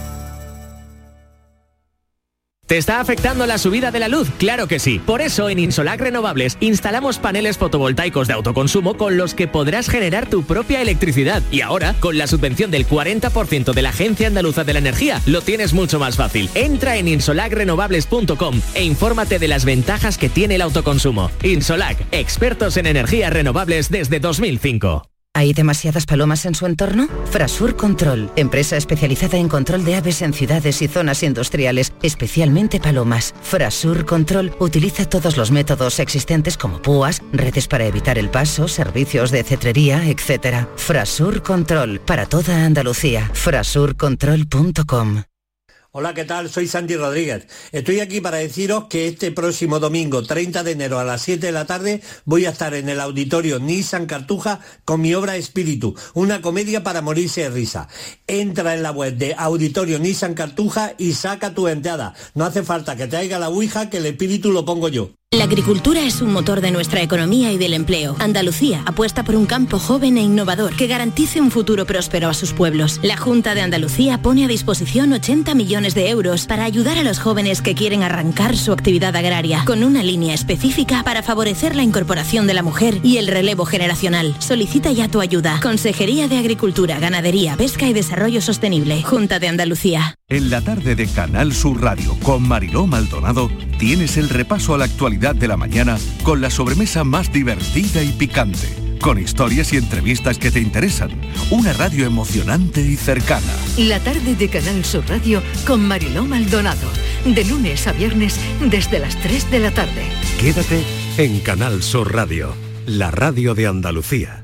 ¿Te está afectando la subida de la luz? Claro que sí. Por eso en Insolac Renovables instalamos paneles fotovoltaicos de autoconsumo con los que podrás generar tu propia electricidad. Y ahora, con la subvención del cuarenta por ciento de la Agencia Andaluza de la Energía, lo tienes mucho más fácil. Entra en insolac renovables punto com e infórmate de las ventajas que tiene el autoconsumo. Insolac, expertos en energías renovables desde dos mil cinco. ¿Hay demasiadas palomas en su entorno? Frasur Control, empresa especializada en control de aves en ciudades y zonas industriales, especialmente palomas. Frasur Control utiliza todos los métodos existentes como púas, redes para evitar el paso, servicios de cetrería, etcétera. Frasur Control, para toda Andalucía. frasur control punto com. Hola, ¿qué tal? Soy Santi Rodríguez. Estoy aquí para deciros que este próximo domingo, treinta de enero a las siete de la tarde, voy a estar en el auditorio Nissan Cartuja con mi obra Espíritu, una comedia para morirse de risa. Entra en la web de Auditorio Nissan Cartuja y saca tu entrada. No hace falta que traiga la ouija, que el espíritu lo pongo yo. La agricultura es un motor de nuestra economía y del empleo. Andalucía apuesta por un campo joven e innovador que garantice un futuro próspero a sus pueblos. La Junta de Andalucía pone a disposición ochenta millones de euros para ayudar a los jóvenes que quieren arrancar su actividad agraria, con una línea específica para favorecer la incorporación de la mujer y el relevo generacional. Solicita ya tu ayuda. Consejería de Agricultura, Ganadería, Pesca y Desarrollo Sostenible. Junta de Andalucía. En la tarde de Canal Sur Radio con Mariló Maldonado tienes el repaso a la actualidad de la mañana con la sobremesa más divertida y picante, con historias y entrevistas que te interesan. Una radio emocionante y cercana. La tarde de Canal Sur Radio con Mariló Maldonado, de lunes a viernes desde las tres de la tarde. Quédate en Canal Sur Radio, la radio de Andalucía.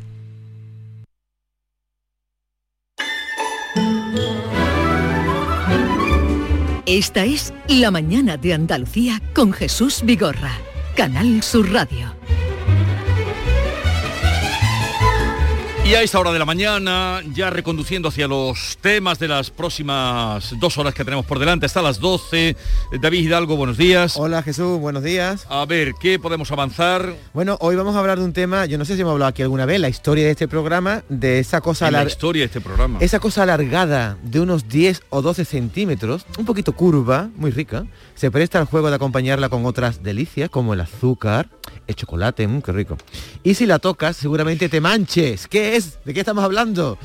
Esta es La Mañana de Andalucía con Jesús Vigorra, Canal Sur Radio. Y a esta hora de la mañana, ya reconduciendo hacia los temas de las próximas dos horas que tenemos por delante, hasta las doce. David Hidalgo, buenos días. Hola Jesús, buenos días. A ver, ¿qué podemos avanzar? Bueno, hoy vamos a hablar de un tema, yo no sé si hemos hablado aquí alguna vez, la historia de este programa, de esa cosa... La historia de este programa. Esa cosa alargada de unos diez o doce centímetros, un poquito curva, muy rica, se presta al juego de acompañarla con otras delicias, como el azúcar, el chocolate, mmm, qué rico. Y si la tocas, seguramente te manches. ¿Qué es? ¿De qué estamos hablando?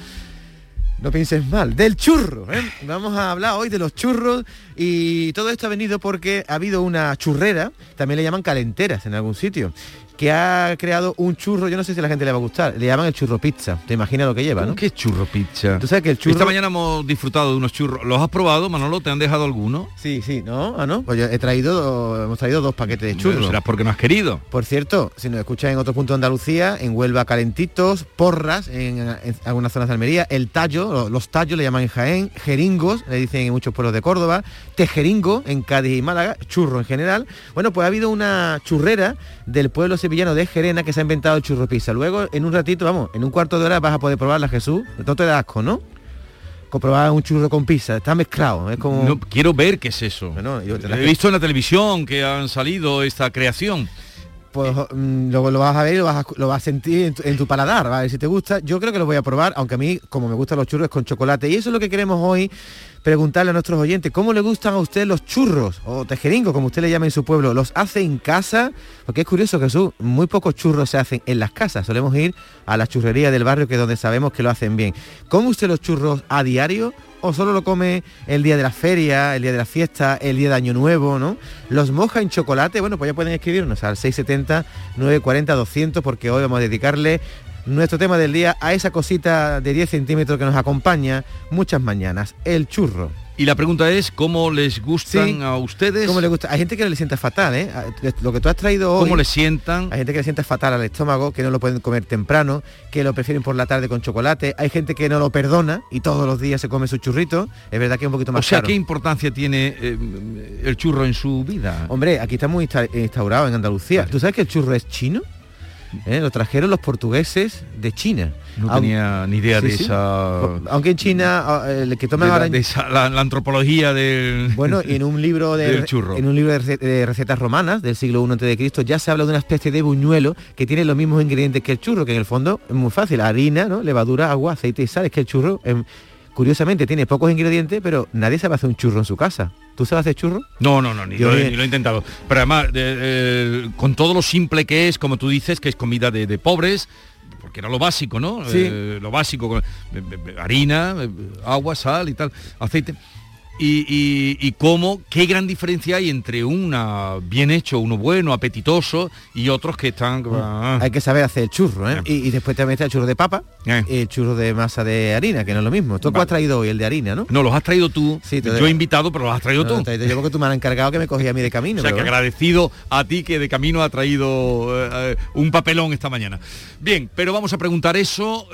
No pienses mal, del churro, ¿eh? Vamos a hablar hoy de los churros y todo esto ha venido porque ha habido una churrera, también le llaman calenteras en algún sitio, que ha creado un churro, yo no sé si a la gente le va a gustar, le llaman el churro pizza, te imaginas lo que lleva, ¿no? ¿Qué es churro pizza? Tú sabes que el churro... Esta mañana hemos disfrutado de unos churros, ¿los has probado, Manolo? ¿Te han dejado alguno? Sí, sí, ¿no? Ah, ¿no? Pues yo he traído, hemos traído dos paquetes de churros. ¿Serás porque no has querido? Por cierto, si nos escuchas en otro punto de Andalucía, en Huelva calentitos, porras, en, en algunas zonas de Almería, el tallo, los tallos le llaman en Jaén, jeringos, le dicen en muchos pueblos de Córdoba, tejeringo en Cádiz y Málaga, churro en general. Bueno, pues ha habido una churrera del pueblo sevillano de Gerena que se ha inventado el churro pizza. Luego, en un ratito, vamos, en un cuarto de hora vas a poder probarla, Jesús. No te da asco, ¿no? Comprobar un churro con pizza, está mezclado, es como... No, quiero ver qué es eso. Bueno, yo te He que... visto en la televisión que han salido esta creación. Pues mm, luego lo vas a ver y lo vas a, lo vas a sentir en tu, en tu paladar, ¿vale? Si te gusta, yo creo que lo voy a probar, aunque a mí, como me gustan los churros, es con chocolate. Y eso es lo que queremos hoy, preguntarle a nuestros oyentes, ¿cómo le gustan a ustedes los churros? O tejeringos, como usted le llama en su pueblo. ¿Los hace en casa? Porque es curioso, Jesús, muy pocos churros se hacen en las casas. Solemos ir a la churrería del barrio, que es donde sabemos que lo hacen bien. ¿Come usted los churros a diario? ¿O solo lo come el día de la feria, el día de la fiesta, el día de Año Nuevo, ¿no? ¿Los moja en chocolate? Bueno, pues ya pueden escribirnos al seis setenta, nueve cuarenta, doscientos, porque hoy vamos a dedicarle nuestro tema del día a esa cosita de diez centímetros que nos acompaña muchas mañanas, el churro. Y la pregunta es, ¿cómo les gustan sí, a ustedes? ¿Cómo les gusta? Hay gente que le sienta fatal, ¿eh? Lo que tú has traído hoy... ¿Cómo les sientan? Hay gente que le sienta fatal al estómago, que no lo pueden comer temprano, que lo prefieren por la tarde con chocolate. Hay gente que no lo perdona y todos los días se come su churrito. Es verdad que es un poquito más O sea, caro. ¿qué importancia tiene eh, el churro en su vida? Hombre, aquí está muy instaurado en Andalucía. Vale. ¿Tú sabes que el churro es chino? ¿Eh? Lo trajeron los portugueses de China. No Aun... tenía ni idea sí, de sí. esa... Aunque en China, el que toma de, ahora... de esa, la, la antropología del... Bueno, en un libro de del churro. En un libro de recetas romanas del siglo primero antes de Cristo ya se habla de una especie de buñuelo que tiene los mismos ingredientes que el churro, que en el fondo es muy fácil. Harina, ¿no? Levadura, agua, aceite y sal. Es que el churro, eh, curiosamente, tiene pocos ingredientes, pero nadie sabe hacer un churro en su casa. ¿Tú sabes hacer churro? No, no, no, ni, lo, ni lo he intentado. Pero además, eh, eh, con todo lo simple que es, como tú dices, que es comida de, de pobres, porque era lo básico, ¿no? Sí. Eh, lo básico, eh, eh, harina, eh, agua, sal y tal, aceite. Y, y, y cómo, qué gran diferencia hay entre una bien hecho, uno bueno, apetitoso, y otros que están... Ah. Hay que saber hacer el churro, ¿eh? Y, y después también está el churro de papa, eh. y el churro de masa de harina, que no es lo mismo. Tú vale. has traído hoy el de harina, ¿no? No, los has traído tú. Sí, yo de... he invitado, pero los has traído no, tú. Traído yo porque tú me has encargado que me cogía a mí de camino. O sea, pero que bueno. agradecido a ti que de camino ha traído eh, un papelón esta mañana. Bien, pero vamos a preguntar eso.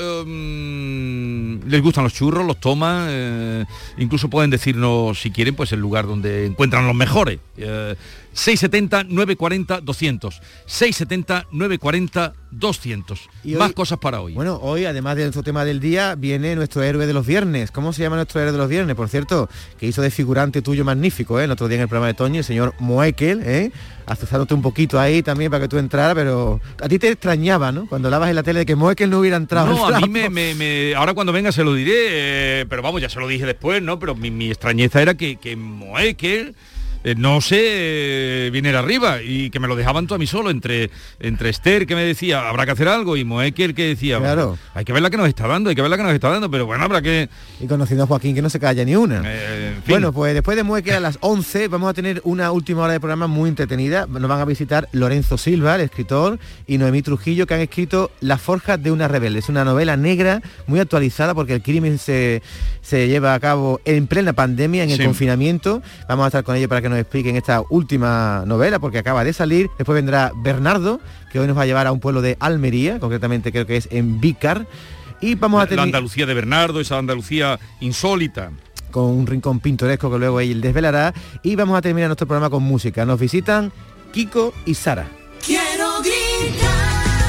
Um, ¿Les gustan los churros? ¿Los toman? Eh, incluso pueden decirnos, si quieren, pues el lugar donde encuentran los mejores. Eh, seiscientos setenta, novecientos cuarenta, doscientos. seiscientos setenta, novecientos cuarenta, doscientos. Y Más hoy, cosas para hoy. Bueno, hoy, además de nuestro tema del día, viene nuestro héroe de los viernes. ¿Cómo se llama nuestro héroe de los viernes? Por cierto, que hizo de figurante tuyo magnífico, ¿eh? El otro día en el programa de Toño, el señor Moekel, ¿eh? Azuzándote un poquito ahí también para que tú entraras, pero a ti te extrañaba, ¿no? Cuando hablabas en la tele de que Moekel no hubiera entrado. No, a mí me, me, me... Ahora cuando venga se lo diré, eh, pero vamos, ya se lo dije después, ¿no? Pero mi, mi extrañeza era que, que Moekel... Eh, no sé, eh, viniera arriba y que me lo dejaban todo a mí solo, entre, entre Esther que me decía, habrá que hacer algo, y Moekel que decía, claro, bueno, hay que ver la que nos está dando, hay que ver la que nos está dando, pero bueno, habrá que... Y conociendo a Joaquín que no se calla ni una. Eh, en fin. Bueno, pues después de Moekel a las once vamos a tener una última hora de programa muy entretenida. Nos van a visitar Lorenzo Silva, el escritor, y Noemí Trujillo, que han escrito Las forjas de una rebelde. Es una novela negra muy actualizada porque el crimen se, se lleva a cabo en plena pandemia, en el sí. confinamiento. Vamos a estar con ellos para que nos expliquen esta última novela porque acaba de salir. Después vendrá Bernardo, que hoy nos va a llevar a un pueblo de Almería, concretamente creo que es en Vícar, y vamos a tener la Andalucía de Bernardo, esa Andalucía insólita, con un rincón pintoresco que luego él desvelará, y vamos a terminar nuestro programa con música. Nos visitan Kiko y Sara. Quiero gritar.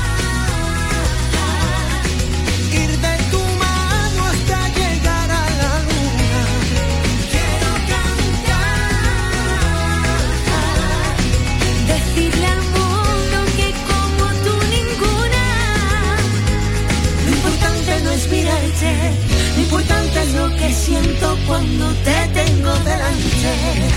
Lo importante es lo que siento cuando te tengo delante.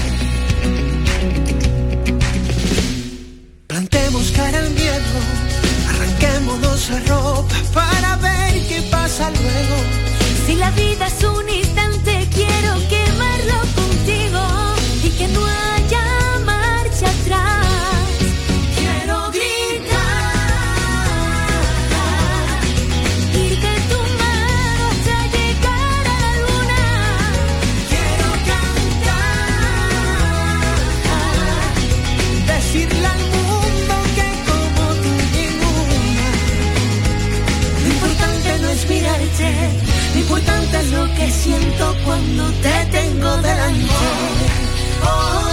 Plantemos cara al miedo, arranquémonos la ropa para ver qué pasa luego. Si la vida es un instante, quiero quemarlo contigo y que no haya marcha atrás. Quiero gritar, ir de tu mano hasta llegar a la luna. Quiero cantar, decirle al mundo que como tú ninguna. Lo importante no es mirarte, lo importante es lo que siento cuando te tengo delante. Oh, oh,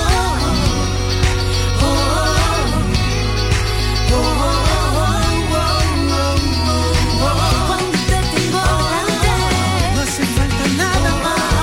oh, oh, oh, oh, oh. Cuando te tengo delante, no hace falta nada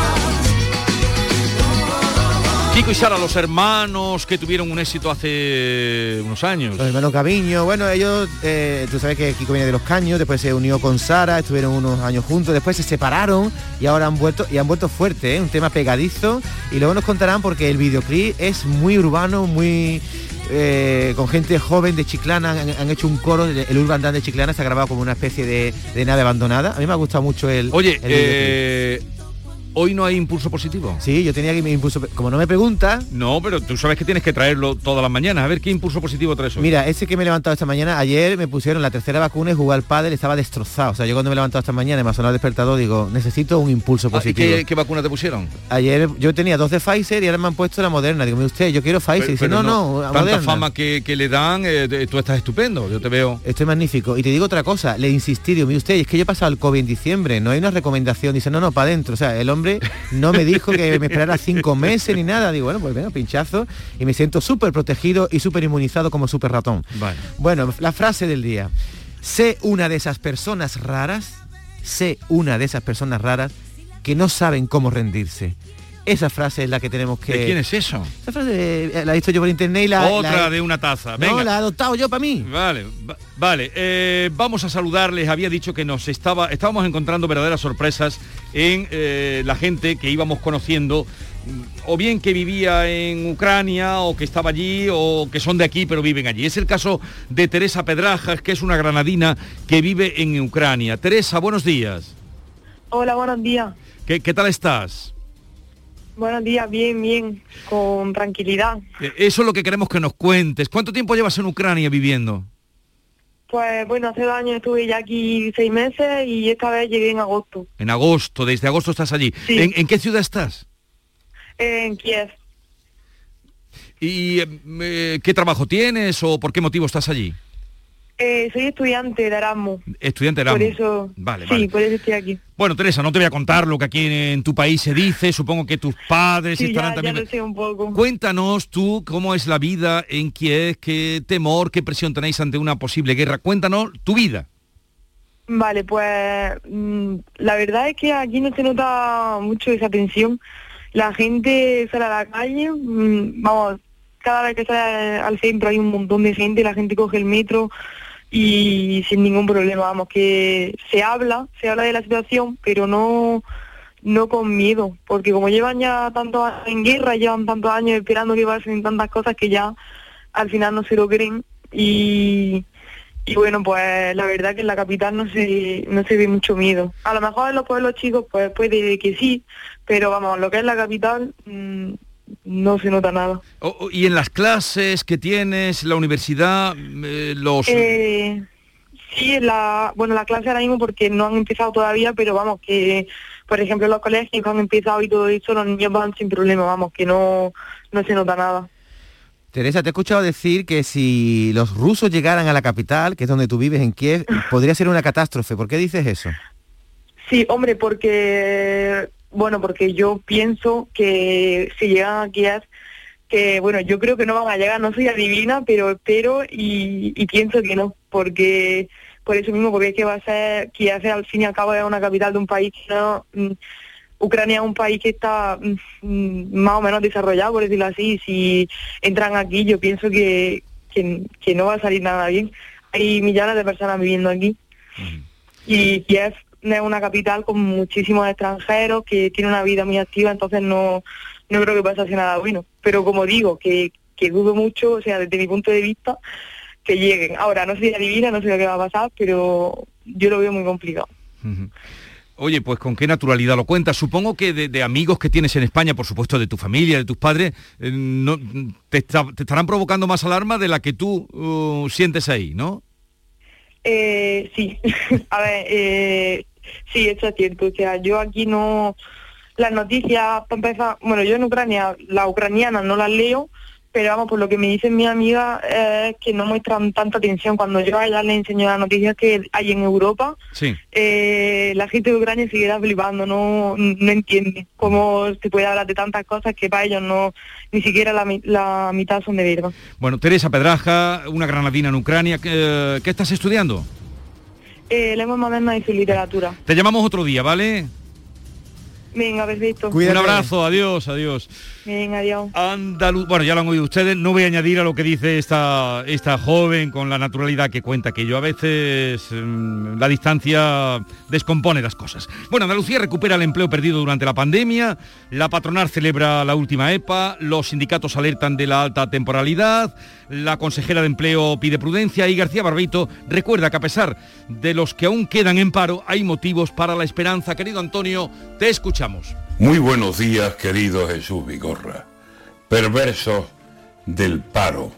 más. Kiko y Sara, los hermanos que tuvieron un éxito hace unos años. Los hermanos Gaviño, bueno, ellos, eh, tú sabes que Kiko viene de Los Caños, después se unió con Sara, estuvieron unos años juntos, después se separaron y ahora han vuelto, y han vuelto fuerte, ¿eh? Un tema pegadizo, y luego nos contarán porque el videoclip es muy urbano, muy... Eh, con gente joven de Chiclana, han, han hecho un coro, el Urban Dance de Chiclana se ha grabado como una especie de, de nave abandonada. A mí me ha gustado mucho el... Oye, el eh... ¿hoy no hay impulso positivo? Sí, yo tenía que mi impulso... Como no me pregunta... No, pero tú sabes que tienes que traerlo todas las mañanas. A ver qué impulso positivo traes hoy. Mira, ese que me he levantado esta mañana, ayer me pusieron la tercera vacuna y jugué al pádel, estaba destrozado. O sea, yo cuando me he levantado esta mañana y me ha sonado el despertador, digo, necesito un impulso positivo. Ah, ¿y qué, qué vacuna te pusieron? Ayer yo tenía dos de Pfizer y ahora me han puesto la Moderna. Digo, mire usted, yo quiero Pfizer. Pero, y dice, pero no, no, no, tanta Moderna. fama que, que le dan, eh, tú estás estupendo, yo te veo. Estoy magnífico. Y te digo otra cosa, le insistí, digo, mire usted, es que yo he pasado el COVID en diciembre, no hay una recomendación. Dice, no, no, para adentro. O sea, el hombre no me dijo que me esperara cinco meses ni nada. Digo, bueno, pues venga, pinchazo. Y me siento súper protegido y súper inmunizado como súper ratón. Vale. Bueno, la frase del día. Sé una de esas personas raras, sé una de esas personas raras que no saben cómo rendirse. Esa frase es la que tenemos que... ¿De quién es eso? Esa frase eh, la he visto yo por internet y la... Otra la... de una taza. Venga. No, la he adoptado yo para mí. Vale, va, vale. Eh, vamos a saludarles. Había dicho que nos estaba, estábamos encontrando verdaderas sorpresas en eh, la gente que íbamos conociendo, o bien que vivía en Ucrania, o que estaba allí, o que son de aquí pero viven allí. Es el caso de Teresa Pedrajas, que es una granadina que vive en Ucrania. Teresa, buenos días. Hola, buenos días. ¿Qué, qué tal estás? Buenos días, bien, bien, con tranquilidad. Eso es lo que queremos que nos cuentes. ¿Cuánto tiempo llevas en Ucrania viviendo? Pues bueno, hace dos años estuve ya aquí seis meses y esta vez llegué en agosto. En agosto, desde agosto estás allí. Sí. ¿En, ¿En qué ciudad estás? En Kiev. ¿Y eh, qué trabajo tienes o por qué motivo estás allí? Eh, soy estudiante de Erasmus. Estudiante de Erasmus. Por eso, vale, sí, vale. por eso estoy aquí. Bueno, Teresa, no te voy a contar lo que aquí en, en tu país se dice, supongo que tus padres Sí, estarán ya, también... ya lo sé un poco. Cuéntanos tú cómo es la vida en Kiev, qué temor, qué presión tenéis ante una posible guerra. Cuéntanos tu vida. Vale, pues mm, la verdad es que aquí no se nota mucho esa tensión. La gente sale a la calle, mmm, vamos, cada vez que sale al centro hay un montón de gente, la gente coge el metro y sin ningún problema, vamos, que se habla, se habla de la situación, pero no no con miedo, porque como llevan ya tantos años en guerra, llevan tantos años esperando que pasen tantas cosas que ya al final no se lo creen y, y bueno, pues la verdad que en la capital no se no se ve mucho miedo. A lo mejor en los pueblos chicos pues puede que sí, pero vamos, lo que es la capital mmm, no se nota nada. Oh, oh, ¿y en las clases que tienes, la universidad, eh, los...? Eh, sí, la, bueno, la clase ahora mismo porque no han empezado todavía, pero vamos, que por ejemplo los colegios han empezado y todo eso, los niños van sin problema, vamos, que no, no se nota nada. Teresa, te he escuchado decir que si los rusos llegaran a la capital, que es donde tú vives, en Kiev, podría ser una catástrofe. ¿Por qué dices eso? Sí, hombre, porque... Bueno, porque yo pienso que si llegan a Kiev, que bueno, yo creo que no van a llegar, no soy adivina, pero espero y, y pienso que no, porque por eso mismo, porque es que va a ser, Kiev al fin y al cabo es una capital de un país que no, mm, Ucrania es un país que está mm, más o menos desarrollado, por decirlo así, y si entran aquí yo pienso que, que, que no va a salir nada bien. Hay millones de personas viviendo aquí, mm. y Kiev es una capital con muchísimos extranjeros que tiene una vida muy activa, entonces no no creo que pase así nada bueno. Pero como digo, que, que dudo mucho, o sea, desde mi punto de vista, que lleguen. Ahora, no soy adivina, no sé lo que va a pasar, pero yo lo veo muy complicado. Uh-huh. Oye, pues con qué naturalidad lo cuentas. Supongo que de, de amigos que tienes en España, por supuesto, de tu familia, de tus padres, eh, no, te, está, te estarán provocando más alarma de la que tú uh, sientes ahí, ¿no? Eh, sí, a ver, eh, sí, eso es cierto, o sea, yo aquí no, las noticias, para empezar, bueno, yo en Ucrania, las ucranianas no las leo, pero vamos, por lo que me dicen mis amigas, es que no muestran tanta atención. Cuando yo a ellas les enseño las noticias que hay en Europa, sí. eh, la gente de Ucrania se queda flipando, no, no entiende cómo se puede hablar de tantas cosas que para ellos no, ni siquiera la, la mitad son de verdad. Bueno, Teresa Pedraja, una granadina en Ucrania, ¿qué, ¿qué estás estudiando? Eh, lengua moderna y su literatura. Te llamamos otro día, ¿vale? Venga, perfecto. Cuídate. Un abrazo, adiós, adiós. Venga, adiós. Andaluz, bueno, ya lo han oído ustedes, no voy a añadir a lo que dice esta, esta joven con la naturalidad que cuenta, que yo a veces mmm, la distancia descompone las cosas. Bueno, Andalucía recupera el empleo perdido durante la pandemia, la patronal celebra la última E P A, los sindicatos alertan de la alta temporalidad, la consejera de Empleo pide prudencia y García Barbeito recuerda que a pesar de los que aún quedan en paro, hay motivos para la esperanza. Querido Antonio, te escuchamos. Muy buenos días, querido Jesús Vigorra. Perversos del paro.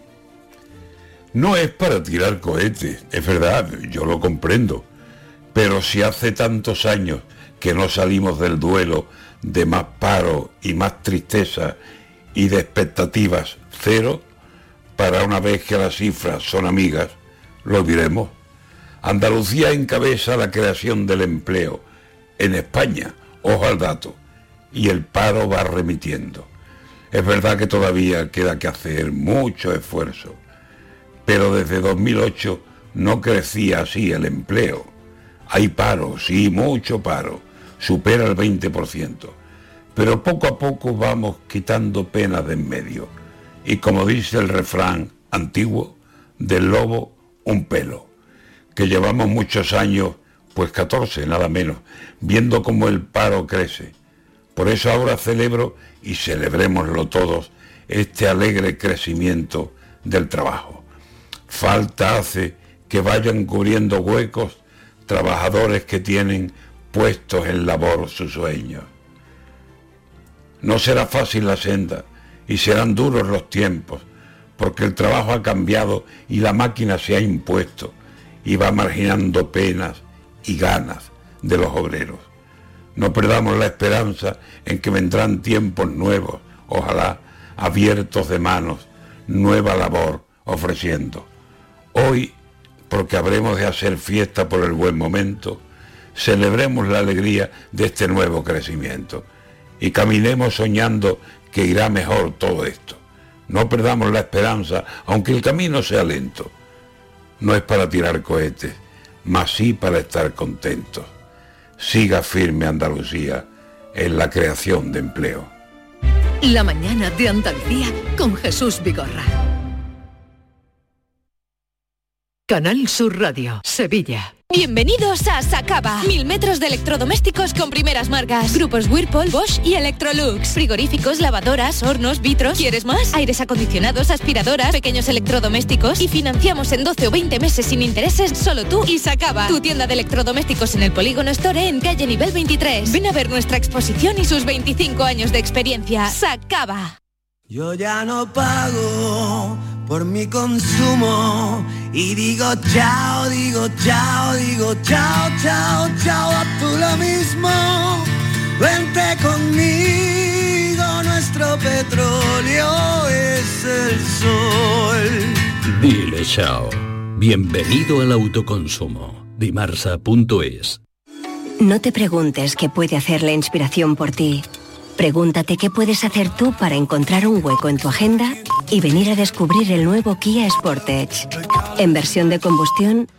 No es para tirar cohetes, es verdad, yo lo comprendo. Pero si hace tantos años que no salimos del duelo de más paro y más tristeza y de expectativas cero, para una vez que las cifras son amigas, lo diremos. Andalucía encabeza la creación del empleo en España. Ojo al dato, y el paro va remitiendo. Es verdad que todavía queda que hacer mucho esfuerzo, pero desde dos mil ocho no crecía así el empleo. Hay paro, sí, mucho paro, supera el veinte por ciento, pero poco a poco vamos quitando penas de en medio, y como dice el refrán antiguo, del lobo un pelo, que llevamos muchos años, pues catorce, nada menos, viendo cómo el paro crece. Por eso ahora celebro, y celebrémoslo todos, este alegre crecimiento del trabajo. Falta hace que vayan cubriendo huecos trabajadores que tienen puestos en labor sus sueños. No será fácil la senda, y serán duros los tiempos, porque el trabajo ha cambiado y la máquina se ha impuesto, y va marginando penas y ganas de los obreros. No perdamos la esperanza en que vendrán tiempos nuevos, ojalá abiertos de manos, nueva labor ofreciendo. Hoy porque habremos de hacer fiesta por el buen momento. Celebremos la alegría de este nuevo crecimiento y caminemos soñando que irá mejor todo esto. No perdamos la esperanza, aunque el camino sea lento. No es para tirar cohetes, mas sí para estar contentos. Siga firme Andalucía en la creación de empleo. La mañana de Andalucía con Jesús Vigorra. Canal Sur Radio, Sevilla. Bienvenidos a Sacaba. Mil metros de electrodomésticos con primeras marcas. Grupos Whirlpool, Bosch y Electrolux. Frigoríficos, lavadoras, hornos, vitros. ¿Quieres más? Aires acondicionados, aspiradoras, pequeños electrodomésticos. Y financiamos en doce o veinte meses sin intereses, solo tú y Sacaba. Tu tienda de electrodomésticos en el Polígono Store en calle Nivel veintitrés. Ven a ver nuestra exposición y sus veinticinco años de experiencia. Sacaba. Yo ya no pago por mi consumo y digo chao, digo chao, digo chao, chao, chao, a tú lo mismo. Vente conmigo, nuestro petróleo es el sol. Dile chao. Bienvenido al autoconsumo. Dimarsa punto es. No te preguntes qué puede hacer la inspiración por ti. Pregúntate qué puedes hacer tú para encontrar un hueco en tu agenda y venir a descubrir el nuevo Kia Sportage. En versión de combustión,